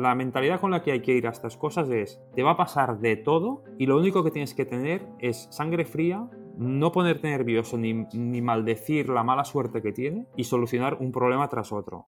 la mentalidad con la que hay que ir a estas cosas es, te va a pasar de todo y lo único que tienes que tener es sangre fría, no ponerte nervioso ni maldecir la mala suerte que tiene y solucionar un problema tras otro.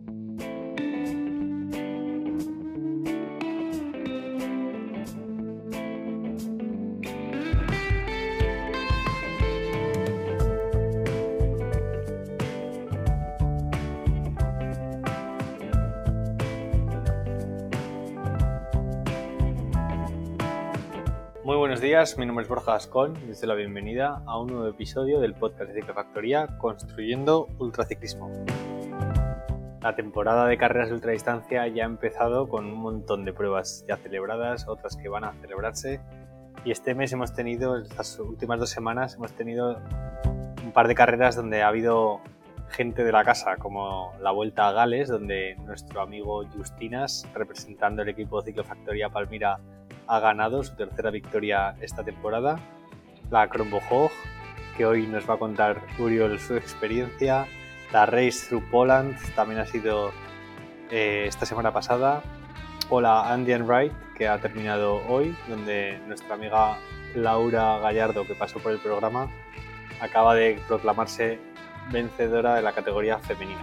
Muy buenos días, mi nombre es Borja Gascón y os doy la bienvenida a un nuevo episodio del podcast de Ciclofactoría Construyendo Ultraciclismo. La temporada de carreras de ultradistancia ya ha empezado con un montón de pruebas ya celebradas, otras que van a celebrarse, y este mes estas últimas 2 semanas, hemos tenido un par de carreras donde ha habido gente de la casa, como la Vuelta a Gales, donde nuestro amigo Justinas, representando el equipo de Ciclofactoría Palmira, ha ganado su tercera victoria esta temporada. La Kronborg, que hoy nos va a contar Uriol su experiencia. La Race Through Poland también ha sido esta semana pasada. O la Andean Ride, que ha terminado hoy, donde nuestra amiga Laura Gallardo, que pasó por el programa, acaba de proclamarse vencedora de la categoría femenina.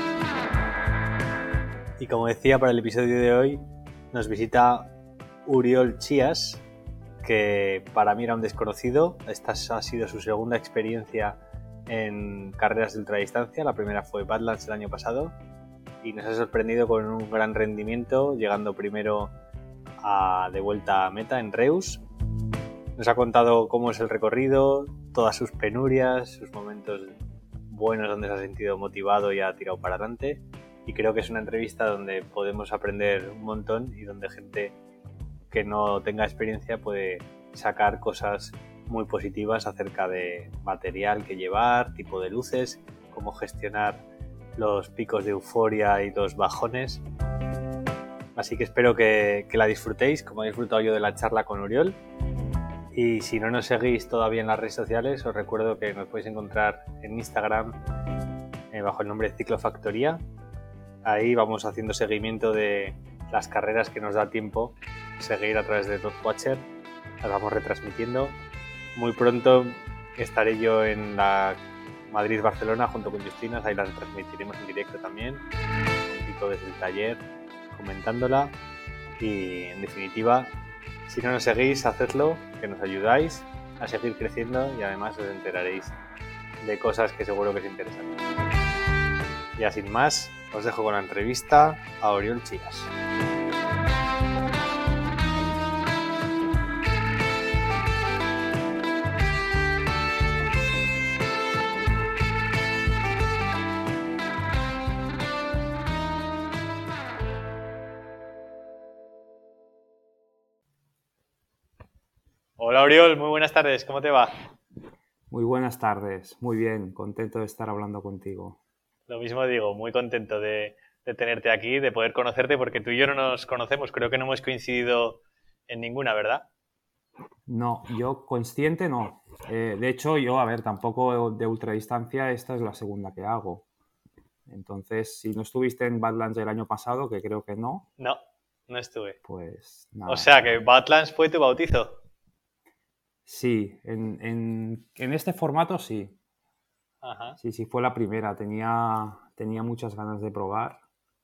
Y como decía, para el episodio de hoy nos visita Uriol Chias, que para mí era un desconocido. Esta ha sido su segunda experiencia en carreras de ultradistancia. La primera fue Badlands el año pasado y nos ha sorprendido con un gran rendimiento, llegando primero de vuelta a meta en Reus. Nos ha contado cómo es el recorrido, todas sus penurias, sus momentos buenos donde se ha sentido motivado y ha tirado para adelante, y creo que es una entrevista donde podemos aprender un montón y donde gente que no tenga experiencia puede sacar cosas muy positivas acerca de material que llevar, tipo de luces, cómo gestionar los picos de euforia y los bajones. Así que espero que la disfrutéis, como he disfrutado yo de la charla con Uriol. Y si no nos seguís todavía en las redes sociales, os recuerdo que nos podéis encontrar en Instagram bajo el nombre de Ciclofactoría. Ahí vamos haciendo seguimiento de las carreras que nos da tiempo seguir a través de Dogwatcher. Las vamos retransmitiendo. Muy pronto estaré yo en la Madrid-Barcelona junto con Justinas. Ahí las transmitiremos en directo también, un poquito desde el taller comentándola. Y en definitiva, si no nos seguís, hacedlo, que nos ayudáis a seguir creciendo y además os enteraréis de cosas que seguro que os interesan. Ya sin más, os dejo con la entrevista a Uriol Chias. Hola Uriol, muy buenas tardes, ¿cómo te va? Muy buenas tardes, muy bien, contento de estar hablando contigo. Lo mismo digo, muy contento de tenerte aquí, de poder conocerte, porque tú y yo no nos conocemos, creo que no hemos coincidido en ninguna, ¿verdad? No, yo consciente no. De hecho, yo, tampoco de ultradistancia, esta es la segunda que hago. Entonces, si no estuviste en Badlands el año pasado, que creo que no. No, no estuve. Pues nada. O sea, que Badlands fue tu bautizo. Sí, en este formato sí. Ajá. Sí, fue la primera. Tenía muchas ganas de probar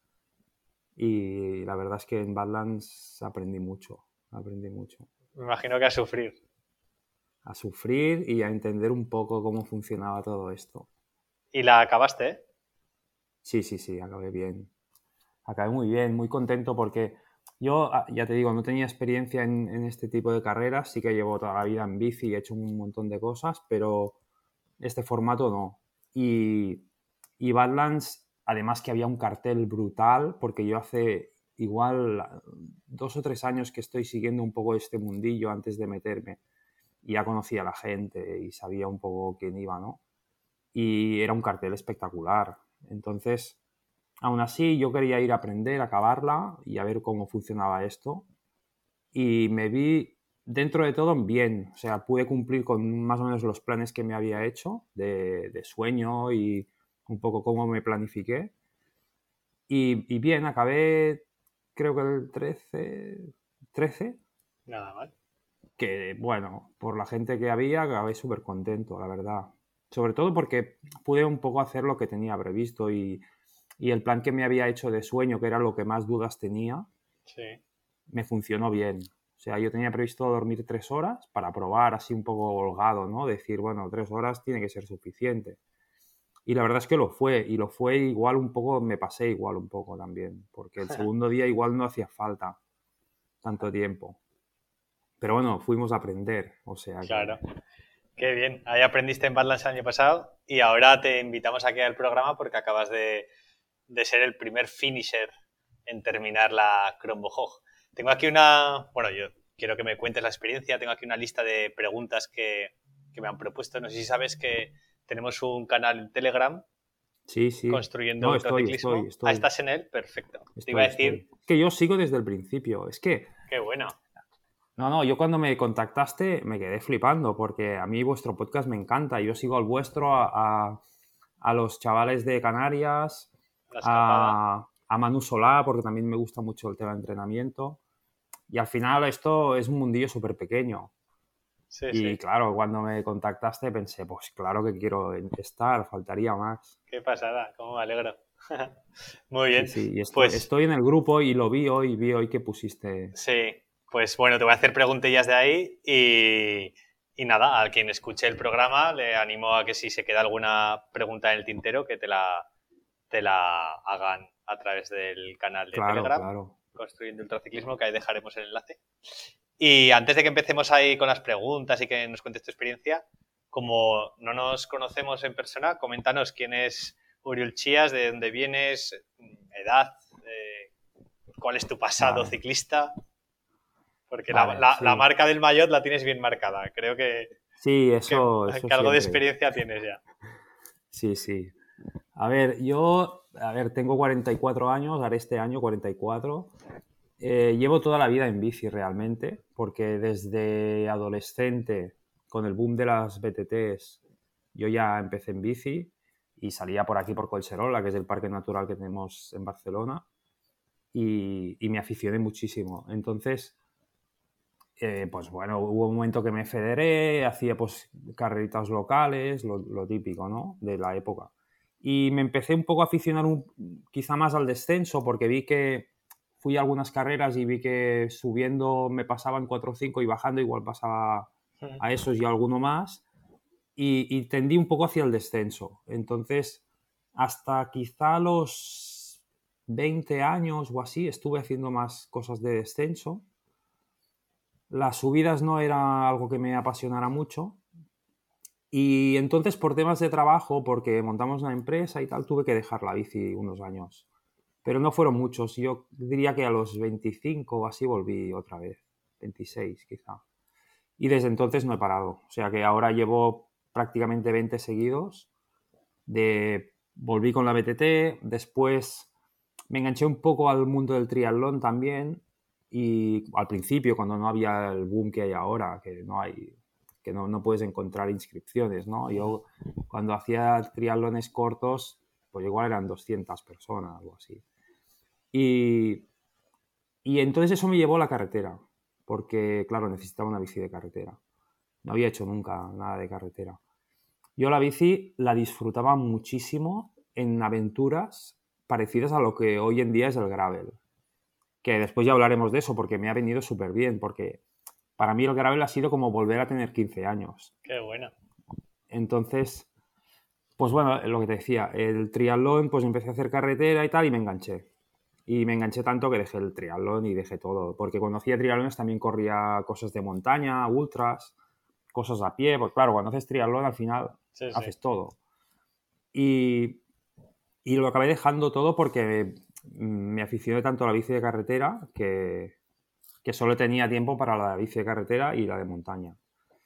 y la verdad es que en Badlands aprendí mucho. Me imagino que a sufrir. A sufrir y a entender un poco cómo funcionaba todo esto. ¿Y la acabaste, eh? Sí, acabé bien. Acabé muy bien, muy contento porque yo, ya te digo, no tenía experiencia en este tipo de carreras. Sí que llevo toda la vida en bici y he hecho un montón de cosas, pero este formato no. Y Badlands, además que había un cartel brutal, porque yo hace igual 2 o 3 años que estoy siguiendo un poco este mundillo antes de meterme. Y ya conocía a la gente y sabía un poco quién iba, ¿no? Y era un cartel espectacular. Entonces, aún así, yo quería ir a aprender, a acabarla y a ver cómo funcionaba esto. Y me vi, dentro de todo, bien. O sea, pude cumplir con más o menos los planes que me había hecho de sueño y un poco cómo me planifiqué. Y bien, acabé creo que el 13, Nada mal. que bueno, por la gente que había, acabé súper contento, la verdad. Sobre todo porque pude un poco hacer lo que tenía previsto y el plan que me había hecho de sueño, que era lo que más dudas tenía, Sí. me funcionó bien. O sea, yo tenía previsto dormir 3 horas para probar así un poco holgado, ¿no? Decir, bueno, 3 horas tiene que ser suficiente. Y la verdad es que lo fue, y lo fue igual un poco, me pasé igual un poco también, porque el segundo día igual no hacía falta tanto tiempo. Pero bueno, fuimos a aprender, o sea Claro. que... Qué bien. Ahí aprendiste en Badlands el año pasado y ahora te invitamos aquí al programa porque acabas de ser el primer finisher en terminar la Kronenbourg. Tengo aquí bueno, yo quiero que me cuentes la experiencia. Tengo aquí una lista de preguntas que me han propuesto. No sé si sabes que tenemos un canal en Telegram Sí, sí. construyendo No, ultraciclismo. Ah, ¿estás en él? Perfecto. Te iba a decir, Es que yo sigo desde el principio. Es que, qué bueno. no, yo cuando me contactaste me quedé flipando porque a mí vuestro podcast me encanta. Yo sigo al vuestro, a los chavales de Canarias, La escapada. a Manu Solá, porque también me gusta mucho el tema de entrenamiento. Y al final esto es un mundillo súper pequeño. Sí, Y sí. claro, cuando me contactaste pensé, pues claro que quiero estar, faltaría más. Qué pasada. Cómo me alegro. Muy Sí, bien. sí, y Pues estoy en el grupo y vi hoy que pusiste... sí, pues bueno, te voy a hacer preguntillas de ahí y nada, a quien escuche el programa le animo a que si se queda alguna pregunta en el tintero que te la hagan a través del canal de Claro, Telegram, claro. Construyendo Ultraciclismo, que ahí dejaremos el enlace. Y antes de que empecemos ahí con las preguntas y que nos cuentes tu experiencia, como no nos conocemos en persona, coméntanos quién es Uriol Chías, de dónde vienes, edad, cuál es tu pasado Vale, ciclista. Porque vale, la sí. marca del maillot la tienes bien marcada. Creo Sí, que, eso que algo de siempre. experiencia tienes ya. Sí, sí. A ver, tengo 44 años, haré este año 44. Llevo toda la vida en bici realmente, porque desde adolescente, con el boom de las BTTs, yo ya empecé en bici y salía por aquí por Collserola, que es el parque natural que tenemos en Barcelona, y me aficioné muchísimo. Entonces, pues bueno, hubo un momento que me federé, hacía pues carreritas locales, lo típico, ¿no? De la época. Y me empecé un poco a aficionar quizá más al descenso porque vi que fui a algunas carreras y vi que subiendo me pasaban 4 o 5 y bajando igual pasaba a esos y a alguno más y tendí un poco hacia el descenso. Entonces, hasta quizá los 20 años o así estuve haciendo más cosas de descenso. Las subidas no era algo que me apasionara mucho y entonces por temas de trabajo, porque montamos una empresa y tal, tuve que dejar la bici unos años. Pero no fueron muchos, yo diría que a los 25 o así volví otra vez, 26 quizá. Y desde entonces no he parado, o sea que ahora llevo prácticamente 20 seguidos. Volví con la BTT, después me enganché un poco al mundo del triatlón también y al principio cuando no había el boom que hay ahora, que no puedes encontrar inscripciones, ¿no? Yo cuando hacía triatlones cortos, pues igual eran 200 personas, algo así. Y, y entonces eso me llevó a la carretera, porque claro, necesitaba una bici de carretera. No había hecho nunca nada de carretera. Yo la bici la disfrutaba muchísimo en aventuras parecidas a lo que hoy en día es el gravel. Que después ya hablaremos de eso porque me ha venido súper bien, porque para mí el gravel ha sido como volver a tener 15 años. Qué bueno. Entonces, pues bueno, lo que te decía, el triatlón, pues empecé a hacer carretera y tal y me enganché. Y me enganché tanto que dejé el triatlón y dejé todo. Porque cuando hacía triatlones también corría cosas de montaña, ultras, cosas a pie. Pues claro, cuando haces triatlón al final Sí, sí. haces todo. Y, y lo acabé dejando todo porque me aficioné tanto a la bici de carretera que solo tenía tiempo para la bici de carretera y la de montaña.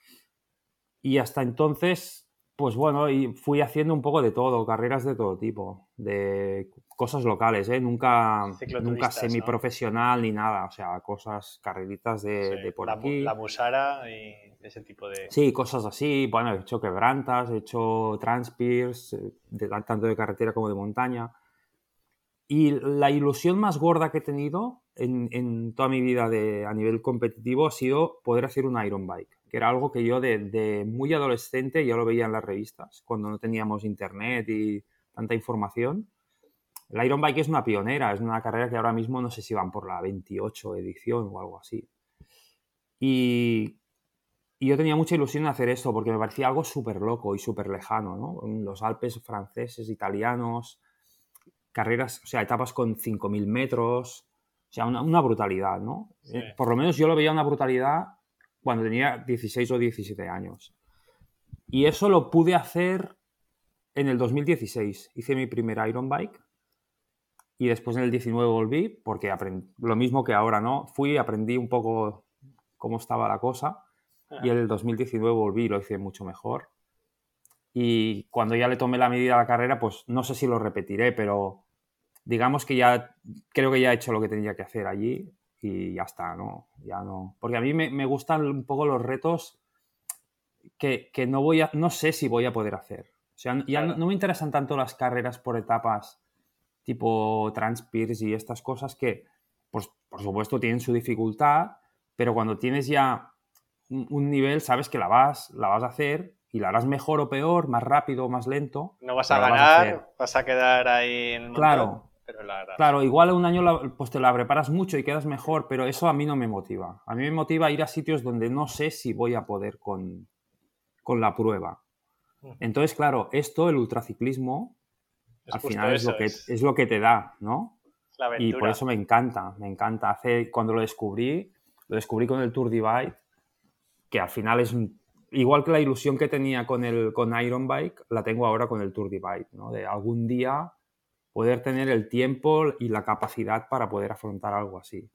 Y hasta entonces, pues bueno, y fui haciendo un poco de todo, carreras de todo tipo, de cosas locales, ¿eh? Nunca Cicloturistas, ¿no? semiprofesional ni nada, o sea, cosas, carreritas Sí. de por La aquí. musara y ese tipo de... Sí, cosas así. Bueno, he hecho quebrantas, he hecho transpirs, tanto de carretera como de montaña. Y la ilusión más gorda que he tenido en toda mi vida a nivel competitivo ha sido poder hacer un Iron Bike, que era algo que yo de muy adolescente ya lo veía en las revistas, cuando no teníamos internet y tanta información. El Iron Bike es una pionera, es una carrera que ahora mismo no sé si van por la 28 edición o algo así. Y yo tenía mucha ilusión en hacer esto porque me parecía algo súper loco y súper lejano, ¿no? Los Alpes franceses, italianos, carreras, o sea, etapas con 5.000 metros, o sea, una brutalidad, ¿no? Sí. Por lo menos yo lo veía una brutalidad cuando tenía 16 o 17 años. Y eso lo pude hacer en el 2016. Hice mi primer Iron Bike y después en el 19 volví porque aprendí, lo mismo que ahora, ¿no? Fui, aprendí un poco cómo estaba la cosa y en el 2019 volví y lo hice mucho mejor. Y cuando ya le tomé la medida a la carrera, pues no sé si lo repetiré, pero digamos que ya creo que ya he hecho lo que tenía que hacer allí y ya está, ¿no? Ya no. Porque a mí me gustan un poco los retos que no sé si voy a poder hacer. O sea, ya Claro. no me interesan tanto las carreras por etapas tipo Transpirs y estas cosas que, pues, por supuesto, tienen su dificultad, pero cuando tienes ya un nivel, sabes que la vas a hacer y la harás mejor o peor, más rápido o más lento, No vas a pero la vas a hacer. ganar, vas a quedar ahí en un montón, Claro, pero la harás. claro, igual un año pues te la preparas mucho y quedas mejor, pero eso a mí no me motiva. A mí me motiva ir a sitios donde no sé si voy a poder con la prueba. Entonces, claro, el ultraciclismo, Es al justo final eso, es lo que te da, ¿no? la Y por aventura. eso me encanta, me encanta. Cuando lo descubrí con el Tour Divide, que al final igual que la ilusión que tenía con Iron Bike, la tengo ahora con el Tour Divide, ¿no? De algún día poder tener el tiempo y la capacidad para poder afrontar algo así.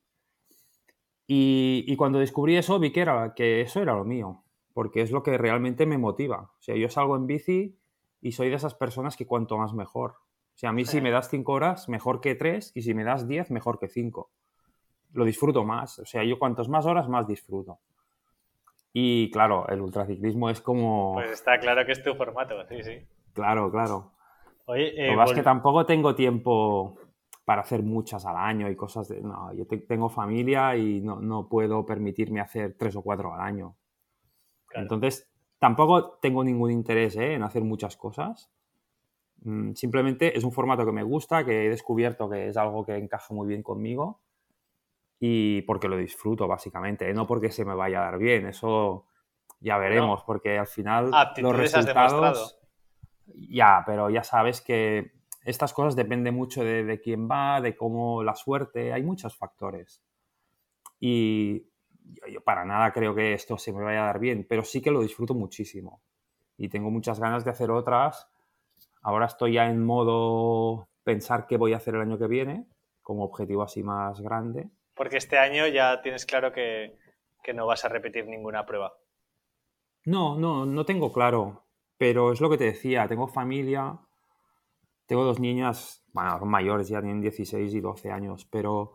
Y cuando descubrí eso, vi que eso era lo mío, porque es lo que realmente me motiva. O sea, yo salgo en bici y soy de esas personas que cuanto más mejor. O sea, a mí si me das 5 horas, mejor que 3, y si me das 10, mejor que 5. Lo disfruto más. O sea, yo cuantas más horas, más disfruto. Y claro, el ultraciclismo es como... Pues está claro que es tu formato, sí, sí. Claro, claro. Oye, Lo que pasa es que tampoco tengo tiempo para hacer muchas al año y cosas de... No, yo tengo familia y no puedo permitirme hacer 3 o 4 al año. claro. Entonces, tampoco tengo ningún interés en hacer muchas cosas. Simplemente es un formato que me gusta, que he descubierto que es algo que encaja muy bien conmigo y porque lo disfruto, básicamente. No porque se me vaya a dar bien, eso ya veremos, Bueno, porque al final los aptitudes has demostrado. resultados, pero ya sabes que estas cosas dependen mucho de quién va, de cómo la suerte, hay muchos factores. Y yo para nada creo que esto se me vaya a dar bien, pero sí que lo disfruto muchísimo. Y tengo muchas ganas de hacer otras. Ahora estoy ya en modo pensar qué voy a hacer el año que viene, como objetivo así más grande. Porque este año ya tienes claro que no vas a repetir ninguna prueba. No tengo claro, pero es lo que te decía, tengo familia, tengo 2 niñas, bueno, son mayores, ya tienen 16 y 12 años, pero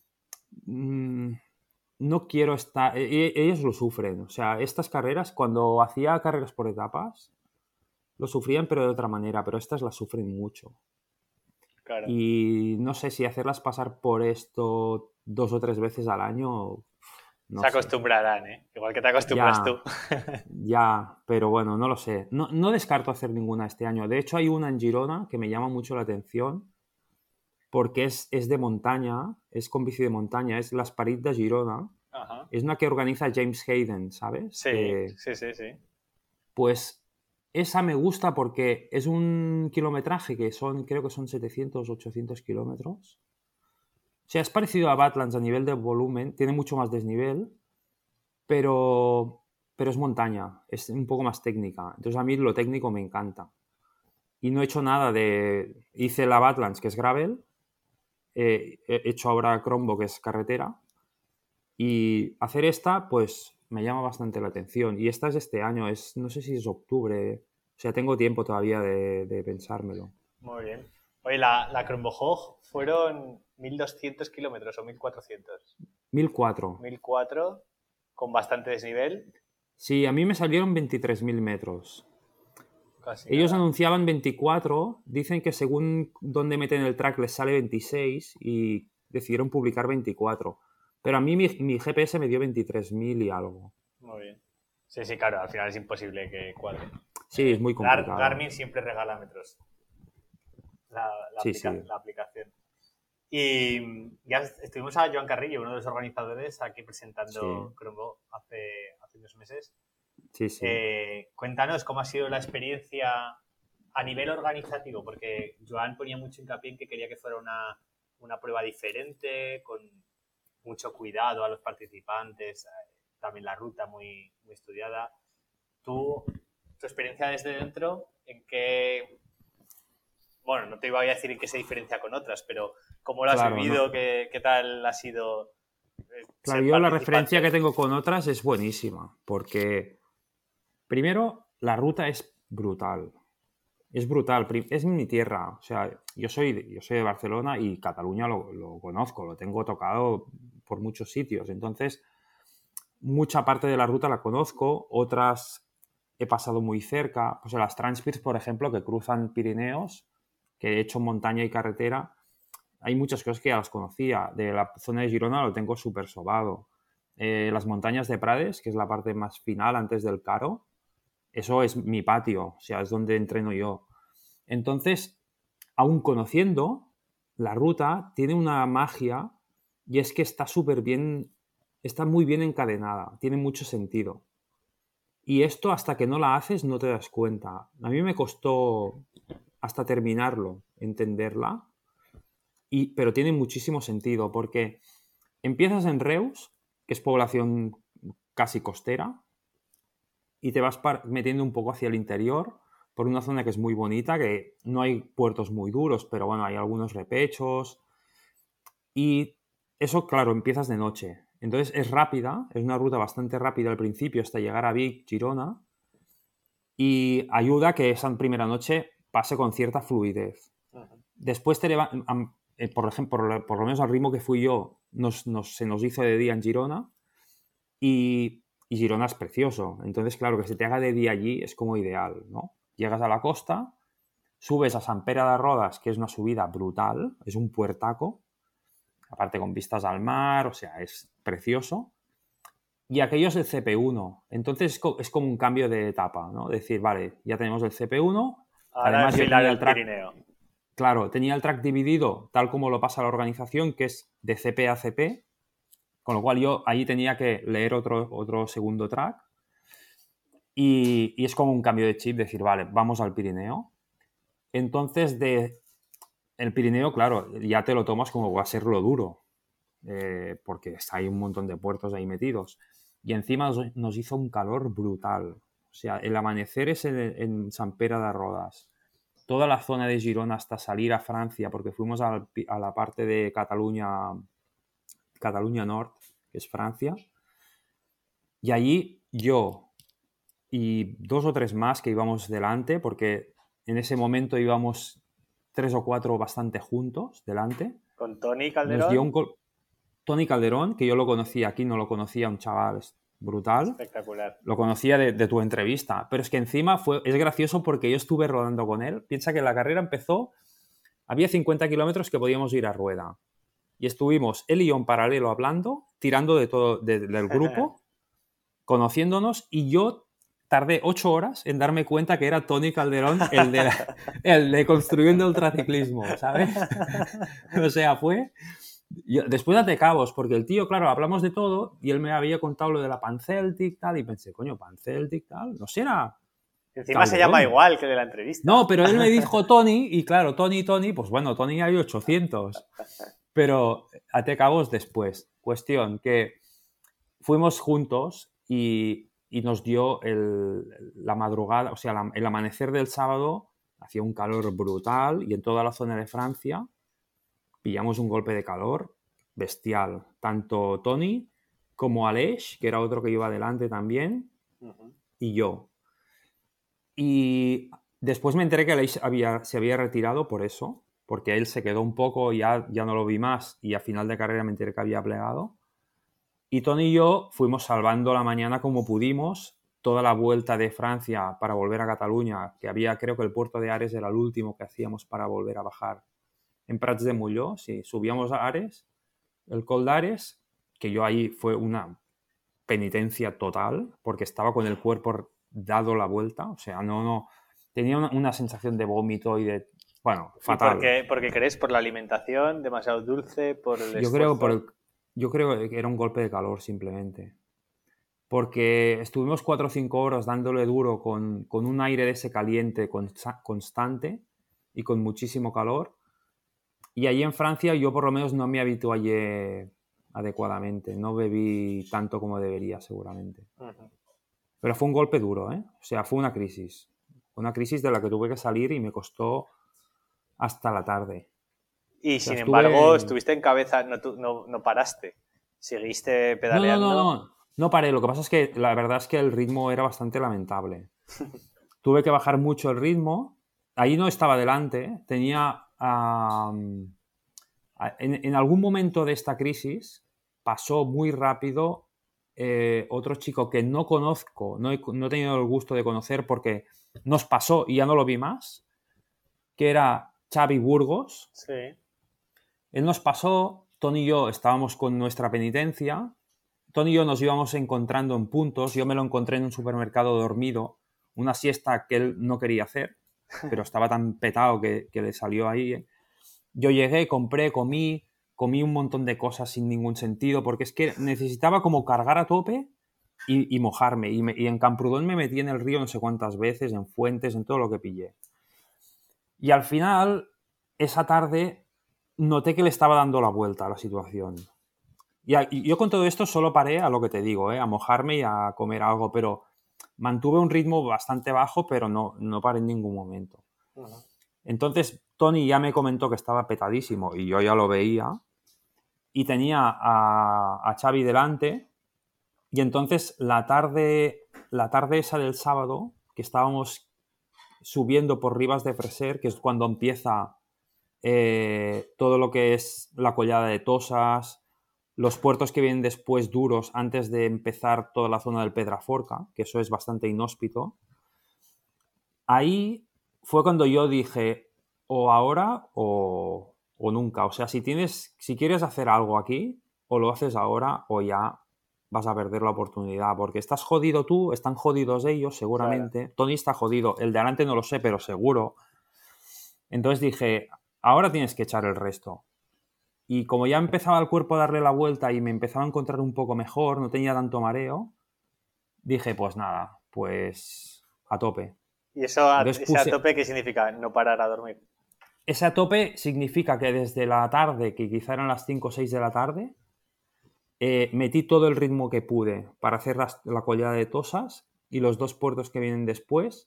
no quiero estar, ellos lo sufren, o sea, estas carreras, cuando hacía carreras por etapas, lo sufrían pero de otra manera, pero estas las sufren mucho. Claro. Y no sé si hacerlas pasar por esto 2 o 3 veces al año, no Se sé. acostumbrarán, ¿eh? Igual que te acostumbras tú. Ya, pero bueno, no lo sé. No descarto hacer ninguna este año. De hecho, hay una en Girona que me llama mucho la atención porque es de montaña, es con bici de montaña, es l'Esperit de Girona. Ajá. Es una que organiza James Hayden, ¿sabes? Sí, sí, sí, sí. Pues esa me gusta porque es un kilometraje creo que son 700, 800 kilómetros. O sea, es parecido a Badlands a nivel de volumen, tiene mucho más desnivel, pero es montaña, es un poco más técnica. Entonces a mí lo técnico me encanta. Y no he hecho nada hice la Badlands, que es gravel, he hecho ahora Crombo, que es carretera, y hacer esta, pues me llama bastante la atención. Y esta es este año, no sé si es octubre, o sea, tengo tiempo todavía de pensármelo. Muy bien. Oye, la Kronborg fueron 1.200 kilómetros o 1.400. 1004. 1.004 con bastante desnivel. Sí, a mí me salieron 23.000 metros. Casi Ellos nada. anunciaban 24, dicen que según dónde meten el track les sale 26 y decidieron publicar 24. Pero a mí mi GPS me dio 23.000 y algo. Muy bien. Sí, sí, claro, al final es imposible que cuadre. Sí, es muy complicado. Garmin siempre regala metros. Sí, sí. La aplicación. Y ya estuvimos a Joan Carrillo, uno de los organizadores, aquí presentando Sí, Crombo hace unos meses. sí, sí. Cuéntanos cómo ha sido la experiencia a nivel organizativo, porque Joan ponía mucho hincapié en que quería que fuera una prueba diferente, con mucho cuidado a los participantes, también la ruta muy, muy estudiada. Tu experiencia desde dentro, ¿en qué? Bueno, no te iba a decir en qué se diferencia con otras, pero ¿cómo lo has Claro, no. vivido? ¿Qué tal ha sido Claro, ser yo la referencia que participante? tengo con otras es buenísima, porque primero la ruta es brutal. Es brutal, es mi tierra. O sea, yo soy de Barcelona y Cataluña lo conozco, lo tengo tocado por muchos sitios. Entonces, mucha parte de la ruta la conozco, otras he pasado muy cerca. Pues las Transpirs, por ejemplo, que cruzan Pirineos, que he hecho montaña y carretera, hay muchas cosas que ya las conocía. De la zona de Girona lo tengo súper sobado. Las montañas de Prades, que es la parte más final antes del Caro, eso es mi patio, o sea, es donde entreno yo. Entonces, aún conociendo, la ruta tiene una magia y es que está súper bien, está muy bien encadenada, tiene mucho sentido. Y esto hasta que no la haces no te das cuenta. A mí me costó hasta terminarlo, entenderla, pero tiene muchísimo sentido porque empiezas en Reus, que es población casi costera, y te vas metiendo un poco hacia el interior por una zona que es muy bonita, que no hay puertos muy duros, pero bueno, hay algunos repechos. Y eso, claro, empiezas de noche. Entonces es rápida, es una ruta bastante rápida al principio hasta llegar a Vic, Girona, y ayuda a que esa primera noche pase con cierta fluidez. Uh-huh. Después por ejemplo, por lo menos al ritmo que fui yo, se nos hizo de día en Girona y Girona es precioso. Entonces, claro, que se te haga de día allí es como ideal, ¿no? Llegas a la costa, subes a Sant Pere de Rodes, que es una subida brutal, es un puertaco, aparte con vistas al mar, o sea, es precioso. Y aquello es el CP1. Entonces es como un cambio de etapa, ¿no? Decir, vale, ya tenemos el CP1. Ahora Además, yo enfilar tenía el el track, Pirineo. claro, tenía el track dividido tal como lo pasa la organización, que es de CP a CP, con lo cual yo ahí tenía que leer otro segundo track. Y es como un cambio de chip, decir, vale, vamos al Pirineo. Entonces, el Pirineo, claro, ya te lo tomas como va a ser lo duro, porque hay un montón de puertos ahí metidos. Y encima nos hizo un calor brutal. O sea, el amanecer es en Sant Pere de Rodes. Toda la zona de Girona hasta salir a Francia, porque fuimos a la parte de Cataluña Nord, que es Francia. Y allí yo y 2 o 3 más que íbamos delante, porque en ese momento íbamos 3 o 4 bastante juntos delante. Con Tony Nos dio Calderón, Tony Calderón, que yo lo conocía aquí, no lo conocía, un chaval brutal. espectacular. Lo conocía de tu entrevista, pero es que encima es gracioso porque yo estuve rodando con él. Piensa que la carrera empezó, había 50 kilómetros que podíamos ir a rueda. Y estuvimos él y yo en paralelo hablando, tirando de todo del grupo, conociéndonos, y yo tardé 8 horas en darme cuenta que era Tony Calderón el de construyendo ultraciclismo, ¿sabes? O sea, después de cabos, porque el tío, claro, hablamos de todo y él me había contado lo de la Panceltic, tal, y pensé, coño, Panceltic, tal, no será Encima se llama Calderón. igual que de la entrevista. No, pero él me dijo Tony, y claro, Tony, pues bueno, Tony hay 800. Pero ate cabos después. Cuestión que fuimos juntos y nos dio la madrugada, o sea, el amanecer del sábado, hacía un calor brutal y en toda la zona de Francia pillamos un golpe de calor bestial. Tanto Tony como Aleix, que era otro que iba adelante también, Uh-huh. y yo. Y después me enteré que Aleix se había retirado por eso, porque él se quedó un poco, ya no lo vi más, y a final de carrera me enteré que había plegado. Y Tony y yo fuimos salvando la mañana como pudimos, toda la vuelta de Francia para volver a Cataluña, que había, creo que el puerto de Ares era el último que hacíamos para volver a bajar en Prats de Molló, sí, subíamos a Ares, el Col d'Ares, que yo ahí fue una penitencia total, porque estaba con el cuerpo dado la vuelta, o sea, no tenía una sensación de vómito y de, bueno, fatal. ¿Y por qué crees? ¿Por la alimentación? ¿Demasiado dulce? ¿Por el esfuerzo? Yo creo que era un golpe de calor simplemente. Porque estuvimos 4 o 5 horas dándole duro con un aire de ese caliente constante y con muchísimo calor. Y allí en Francia yo por lo menos no me habitué adecuadamente. No bebí tanto como debería seguramente. Uh-huh. Pero fue un golpe duro, ¿eh? O sea, fue una crisis. Una crisis de la que tuve que salir y me costó hasta la tarde. Y sin embargo, estuviste en cabeza, no paraste. Seguiste pedaleando. No paré. Lo que pasa es que la verdad es que el ritmo era bastante lamentable. Tuve que bajar mucho el ritmo. Ahí no estaba delante. Tenía... en algún momento de esta crisis pasó muy rápido otro chico que no conozco, no he tenido el gusto de conocer porque nos pasó y ya no lo vi más, que era Xavi Burgos. Sí. Él nos pasó, Tony y yo estábamos con nuestra penitencia, Tony y yo nos íbamos encontrando en puntos, yo me lo encontré en un supermercado dormido, una siesta que él no quería hacer, pero estaba tan petado que le salió ahí. Yo llegué, compré, comí un montón de cosas sin ningún sentido, porque es que necesitaba como cargar a tope y mojarme. Y en Camprodón me metí en el río no sé cuántas veces, en fuentes, en todo lo que pillé. Y al final, esa tarde, noté que le estaba dando la vuelta a la situación. Y yo con todo esto solo paré a lo que te digo, a mojarme y a comer algo, pero mantuve un ritmo bastante bajo, pero no paré en ningún momento. Uh-huh. Entonces, Tony ya me comentó que estaba petadísimo y yo ya lo veía y tenía a Xavi delante y entonces la tarde esa del sábado que estábamos subiendo por Ribas de Freser, que es cuando empieza todo lo que es la Collada de Tosas, los puertos que vienen después duros antes de empezar toda la zona del Pedraforca, que eso es bastante inhóspito. Ahí fue cuando yo dije, o ahora o nunca. O sea, si quieres hacer algo aquí, o lo haces ahora o ya vas a perder la oportunidad. Porque estás jodido tú, están jodidos ellos seguramente. Claro. Tony está jodido, el de adelante no lo sé, pero seguro. Entonces dije, ahora tienes que echar el resto. Y como ya empezaba el cuerpo a darle la vuelta y me empezaba a encontrar un poco mejor, no tenía tanto mareo, dije, pues nada, pues a tope. ¿Y eso a tope qué significa? ¿No parar a dormir? Ese a tope significa que desde la tarde, que quizá eran las 5 o 6 de la tarde, metí todo el ritmo que pude para hacer la Collada de Tosas y los 2 puertos que vienen después.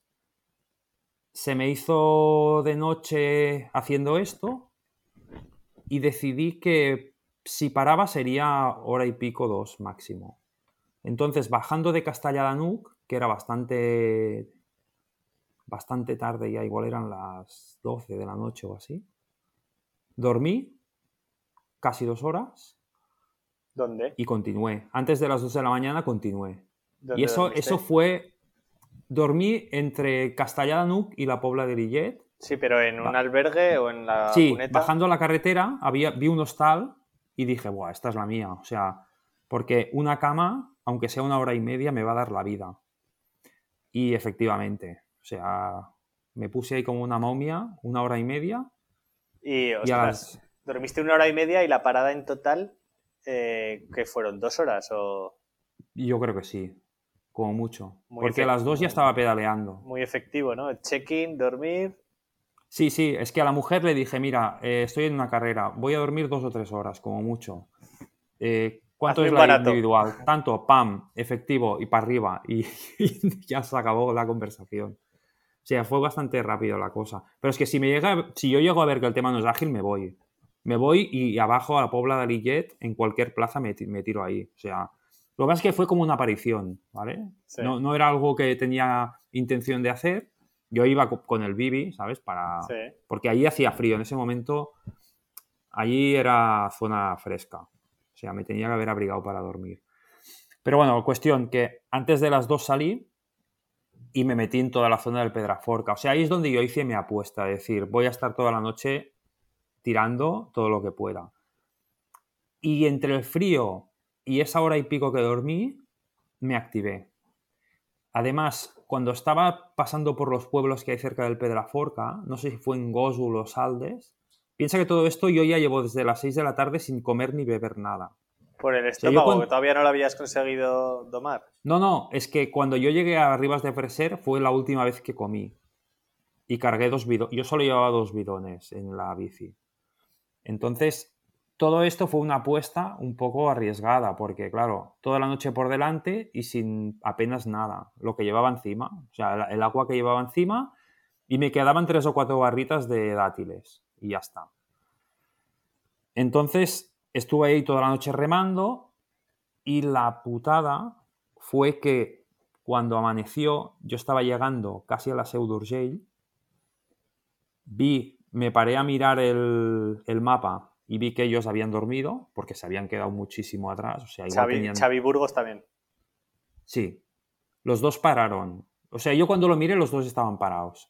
Se me hizo de noche haciendo esto y decidí que si paraba sería hora y pico, 2 máximo. Entonces, bajando de Castellar-de-n'Hug, que era bastante tarde ya, igual eran las 12 de la noche o así. Dormí casi 2 horas. ¿Dónde? Y continué. Antes de las 2 de la mañana continué. ¿Dónde Y eso fue... Dormí entre Castellar-de-n'Hug y la Pobla de Lillet. Sí, pero ¿en un albergue o en la cuneta? Sí, bajando la carretera vi un hostal y dije, buah, esta es la mía. O sea, porque una cama, aunque sea 1 hora y media, me va a dar la vida. Y efectivamente, o sea, me puse ahí como una momia, 1 hora y media. Y ostras, dormiste 1 hora y media y la parada en total, ¿qué fueron? ¿2 horas o...? Yo creo que sí, como mucho. Porque a las 2 ya estaba pedaleando. Muy efectivo, ¿no? Check-in, dormir... Sí, es que a la mujer le dije, mira, estoy en una carrera, voy a dormir 2 o 3 horas, como mucho. ¿Cuánto Hazme es la barato. Individual? Tanto, pam, efectivo y para arriba. Y ya se acabó la conversación. O sea, fue bastante rápido la cosa. Pero es que si yo llego a ver que el tema no es ágil, me voy. Me voy y abajo a la Pobla de Lillet, en cualquier plaza me tiro ahí. O sea, lo que pasa es que fue como una aparición, ¿vale? Sí. No era algo que tenía intención de hacer. Yo iba con el Bibi, ¿sabes? Sí. Porque allí hacía frío. En ese momento, allí era zona fresca. O sea, me tenía que haber abrigado para dormir. Pero bueno, cuestión que antes de las 2 salí y me metí en toda la zona del Pedraforca. O sea, ahí es donde yo hice mi apuesta, es decir, voy a estar toda la noche tirando todo lo que pueda. Y entre el frío y esa hora y pico que dormí, me activé. Además, cuando estaba pasando por los pueblos que hay cerca del Pedraforca, no sé si fue en Gósol o Saldes, piensa que todo esto yo ya llevo desde las 6 de la tarde sin comer ni beber nada. Por el O sea, yo estómago, que todavía no lo habías conseguido domar. No, es que cuando yo llegué a Ribas de Freser fue la última vez que comí. Y cargué 2 bidones. Yo solo llevaba 2 bidones en la bici. Entonces, todo esto fue una apuesta un poco arriesgada, porque claro, toda la noche por delante y sin apenas nada, lo que llevaba encima, o sea, el agua que llevaba encima, y me quedaban 3 o 4 barritas de dátiles, y ya está. Entonces, estuve ahí toda la noche remando, y la putada fue que cuando amaneció, yo estaba llegando casi a la Seu d'Urgell, me paré a mirar el mapa y vi que ellos habían dormido porque se habían quedado muchísimo atrás. O sea, igual tenían... Xavi Burgos también. Sí, los dos pararon. O sea, yo cuando lo miré los dos estaban parados.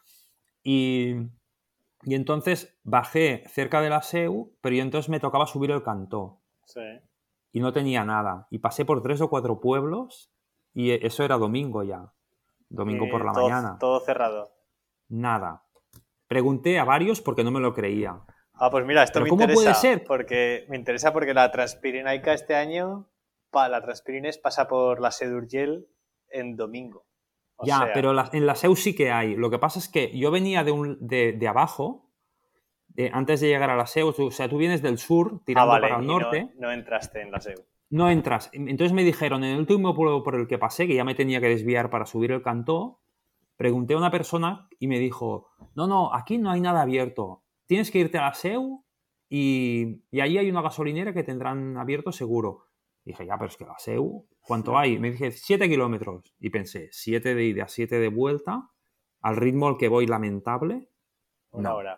Y entonces bajé cerca de la Seu, pero yo entonces me tocaba subir el Cantó. Sí. Y no tenía nada. Y pasé por 3 o 4 pueblos y eso era domingo ya. Domingo por la mañana. Todo cerrado. Nada. Pregunté a varios porque no me lo creía. Ah, pues mira, esto ¿Pero me cómo interesa. puede ser? Porque me interesa porque la Transpirenaica este año, la Transpirines pasa por la Seu d'Urgell en domingo. Pero en la Seu sí que hay. Lo que pasa es que yo venía de abajo, antes de llegar a la Seu, o sea, tú vienes del sur tirando para el norte. No entraste en la Seu. No entras. Entonces me dijeron, en el último pueblo por el que pasé, que ya me tenía que desviar para subir el Cantó, pregunté a una persona y me dijo, no, aquí no hay nada abierto. Tienes que irte a la Seu y ahí hay una gasolinera que tendrán abierto seguro. Dije, ya, pero es que la Seu, ¿cuánto hay? Me dije, 7 kilómetros. Y pensé, 7 de ida, 7 de vuelta, al ritmo al que voy lamentable. Una hora.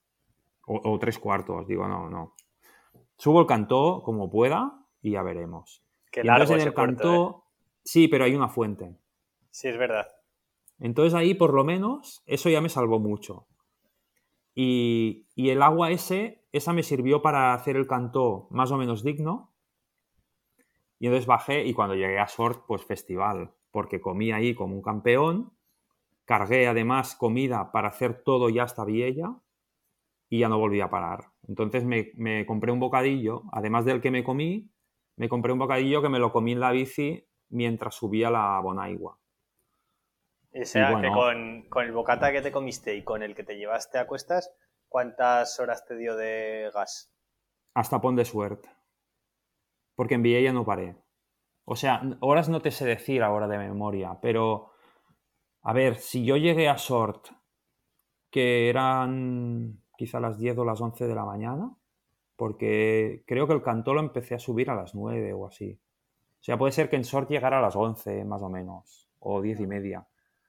O 3 cuartos, digo, no. Subo el Cantó como pueda y ya veremos. Qué y largo entonces en el ese puerto, Cantó, sí, pero hay una fuente. Sí, es verdad. Entonces ahí, por lo menos, eso ya me salvó mucho. Y el agua esa me sirvió para hacer el Cantó más o menos digno. Y entonces bajé y cuando llegué a Sort, pues festival, porque comí ahí como un campeón, cargué además comida para hacer todo ya hasta Viella y ya no volví a parar. Entonces me compré un bocadillo, además del que me comí, me compré un bocadillo que me lo comí en la bici mientras subía la Bonaigua. O sea, que con el bocata que te comiste y con el que te llevaste a cuestas, ¿cuántas horas te dio de gas? Hasta Pont de Suert. Porque en Viella no paré. O sea, horas no te sé decir ahora de memoria, pero a ver, si yo llegué a Sort, que eran quizá las 10 o las 11 de la mañana, porque creo que el Cantó lo empecé a subir a las 9 o así. O sea, puede ser que en Sort llegara a las 11 más o menos, o 10 y media.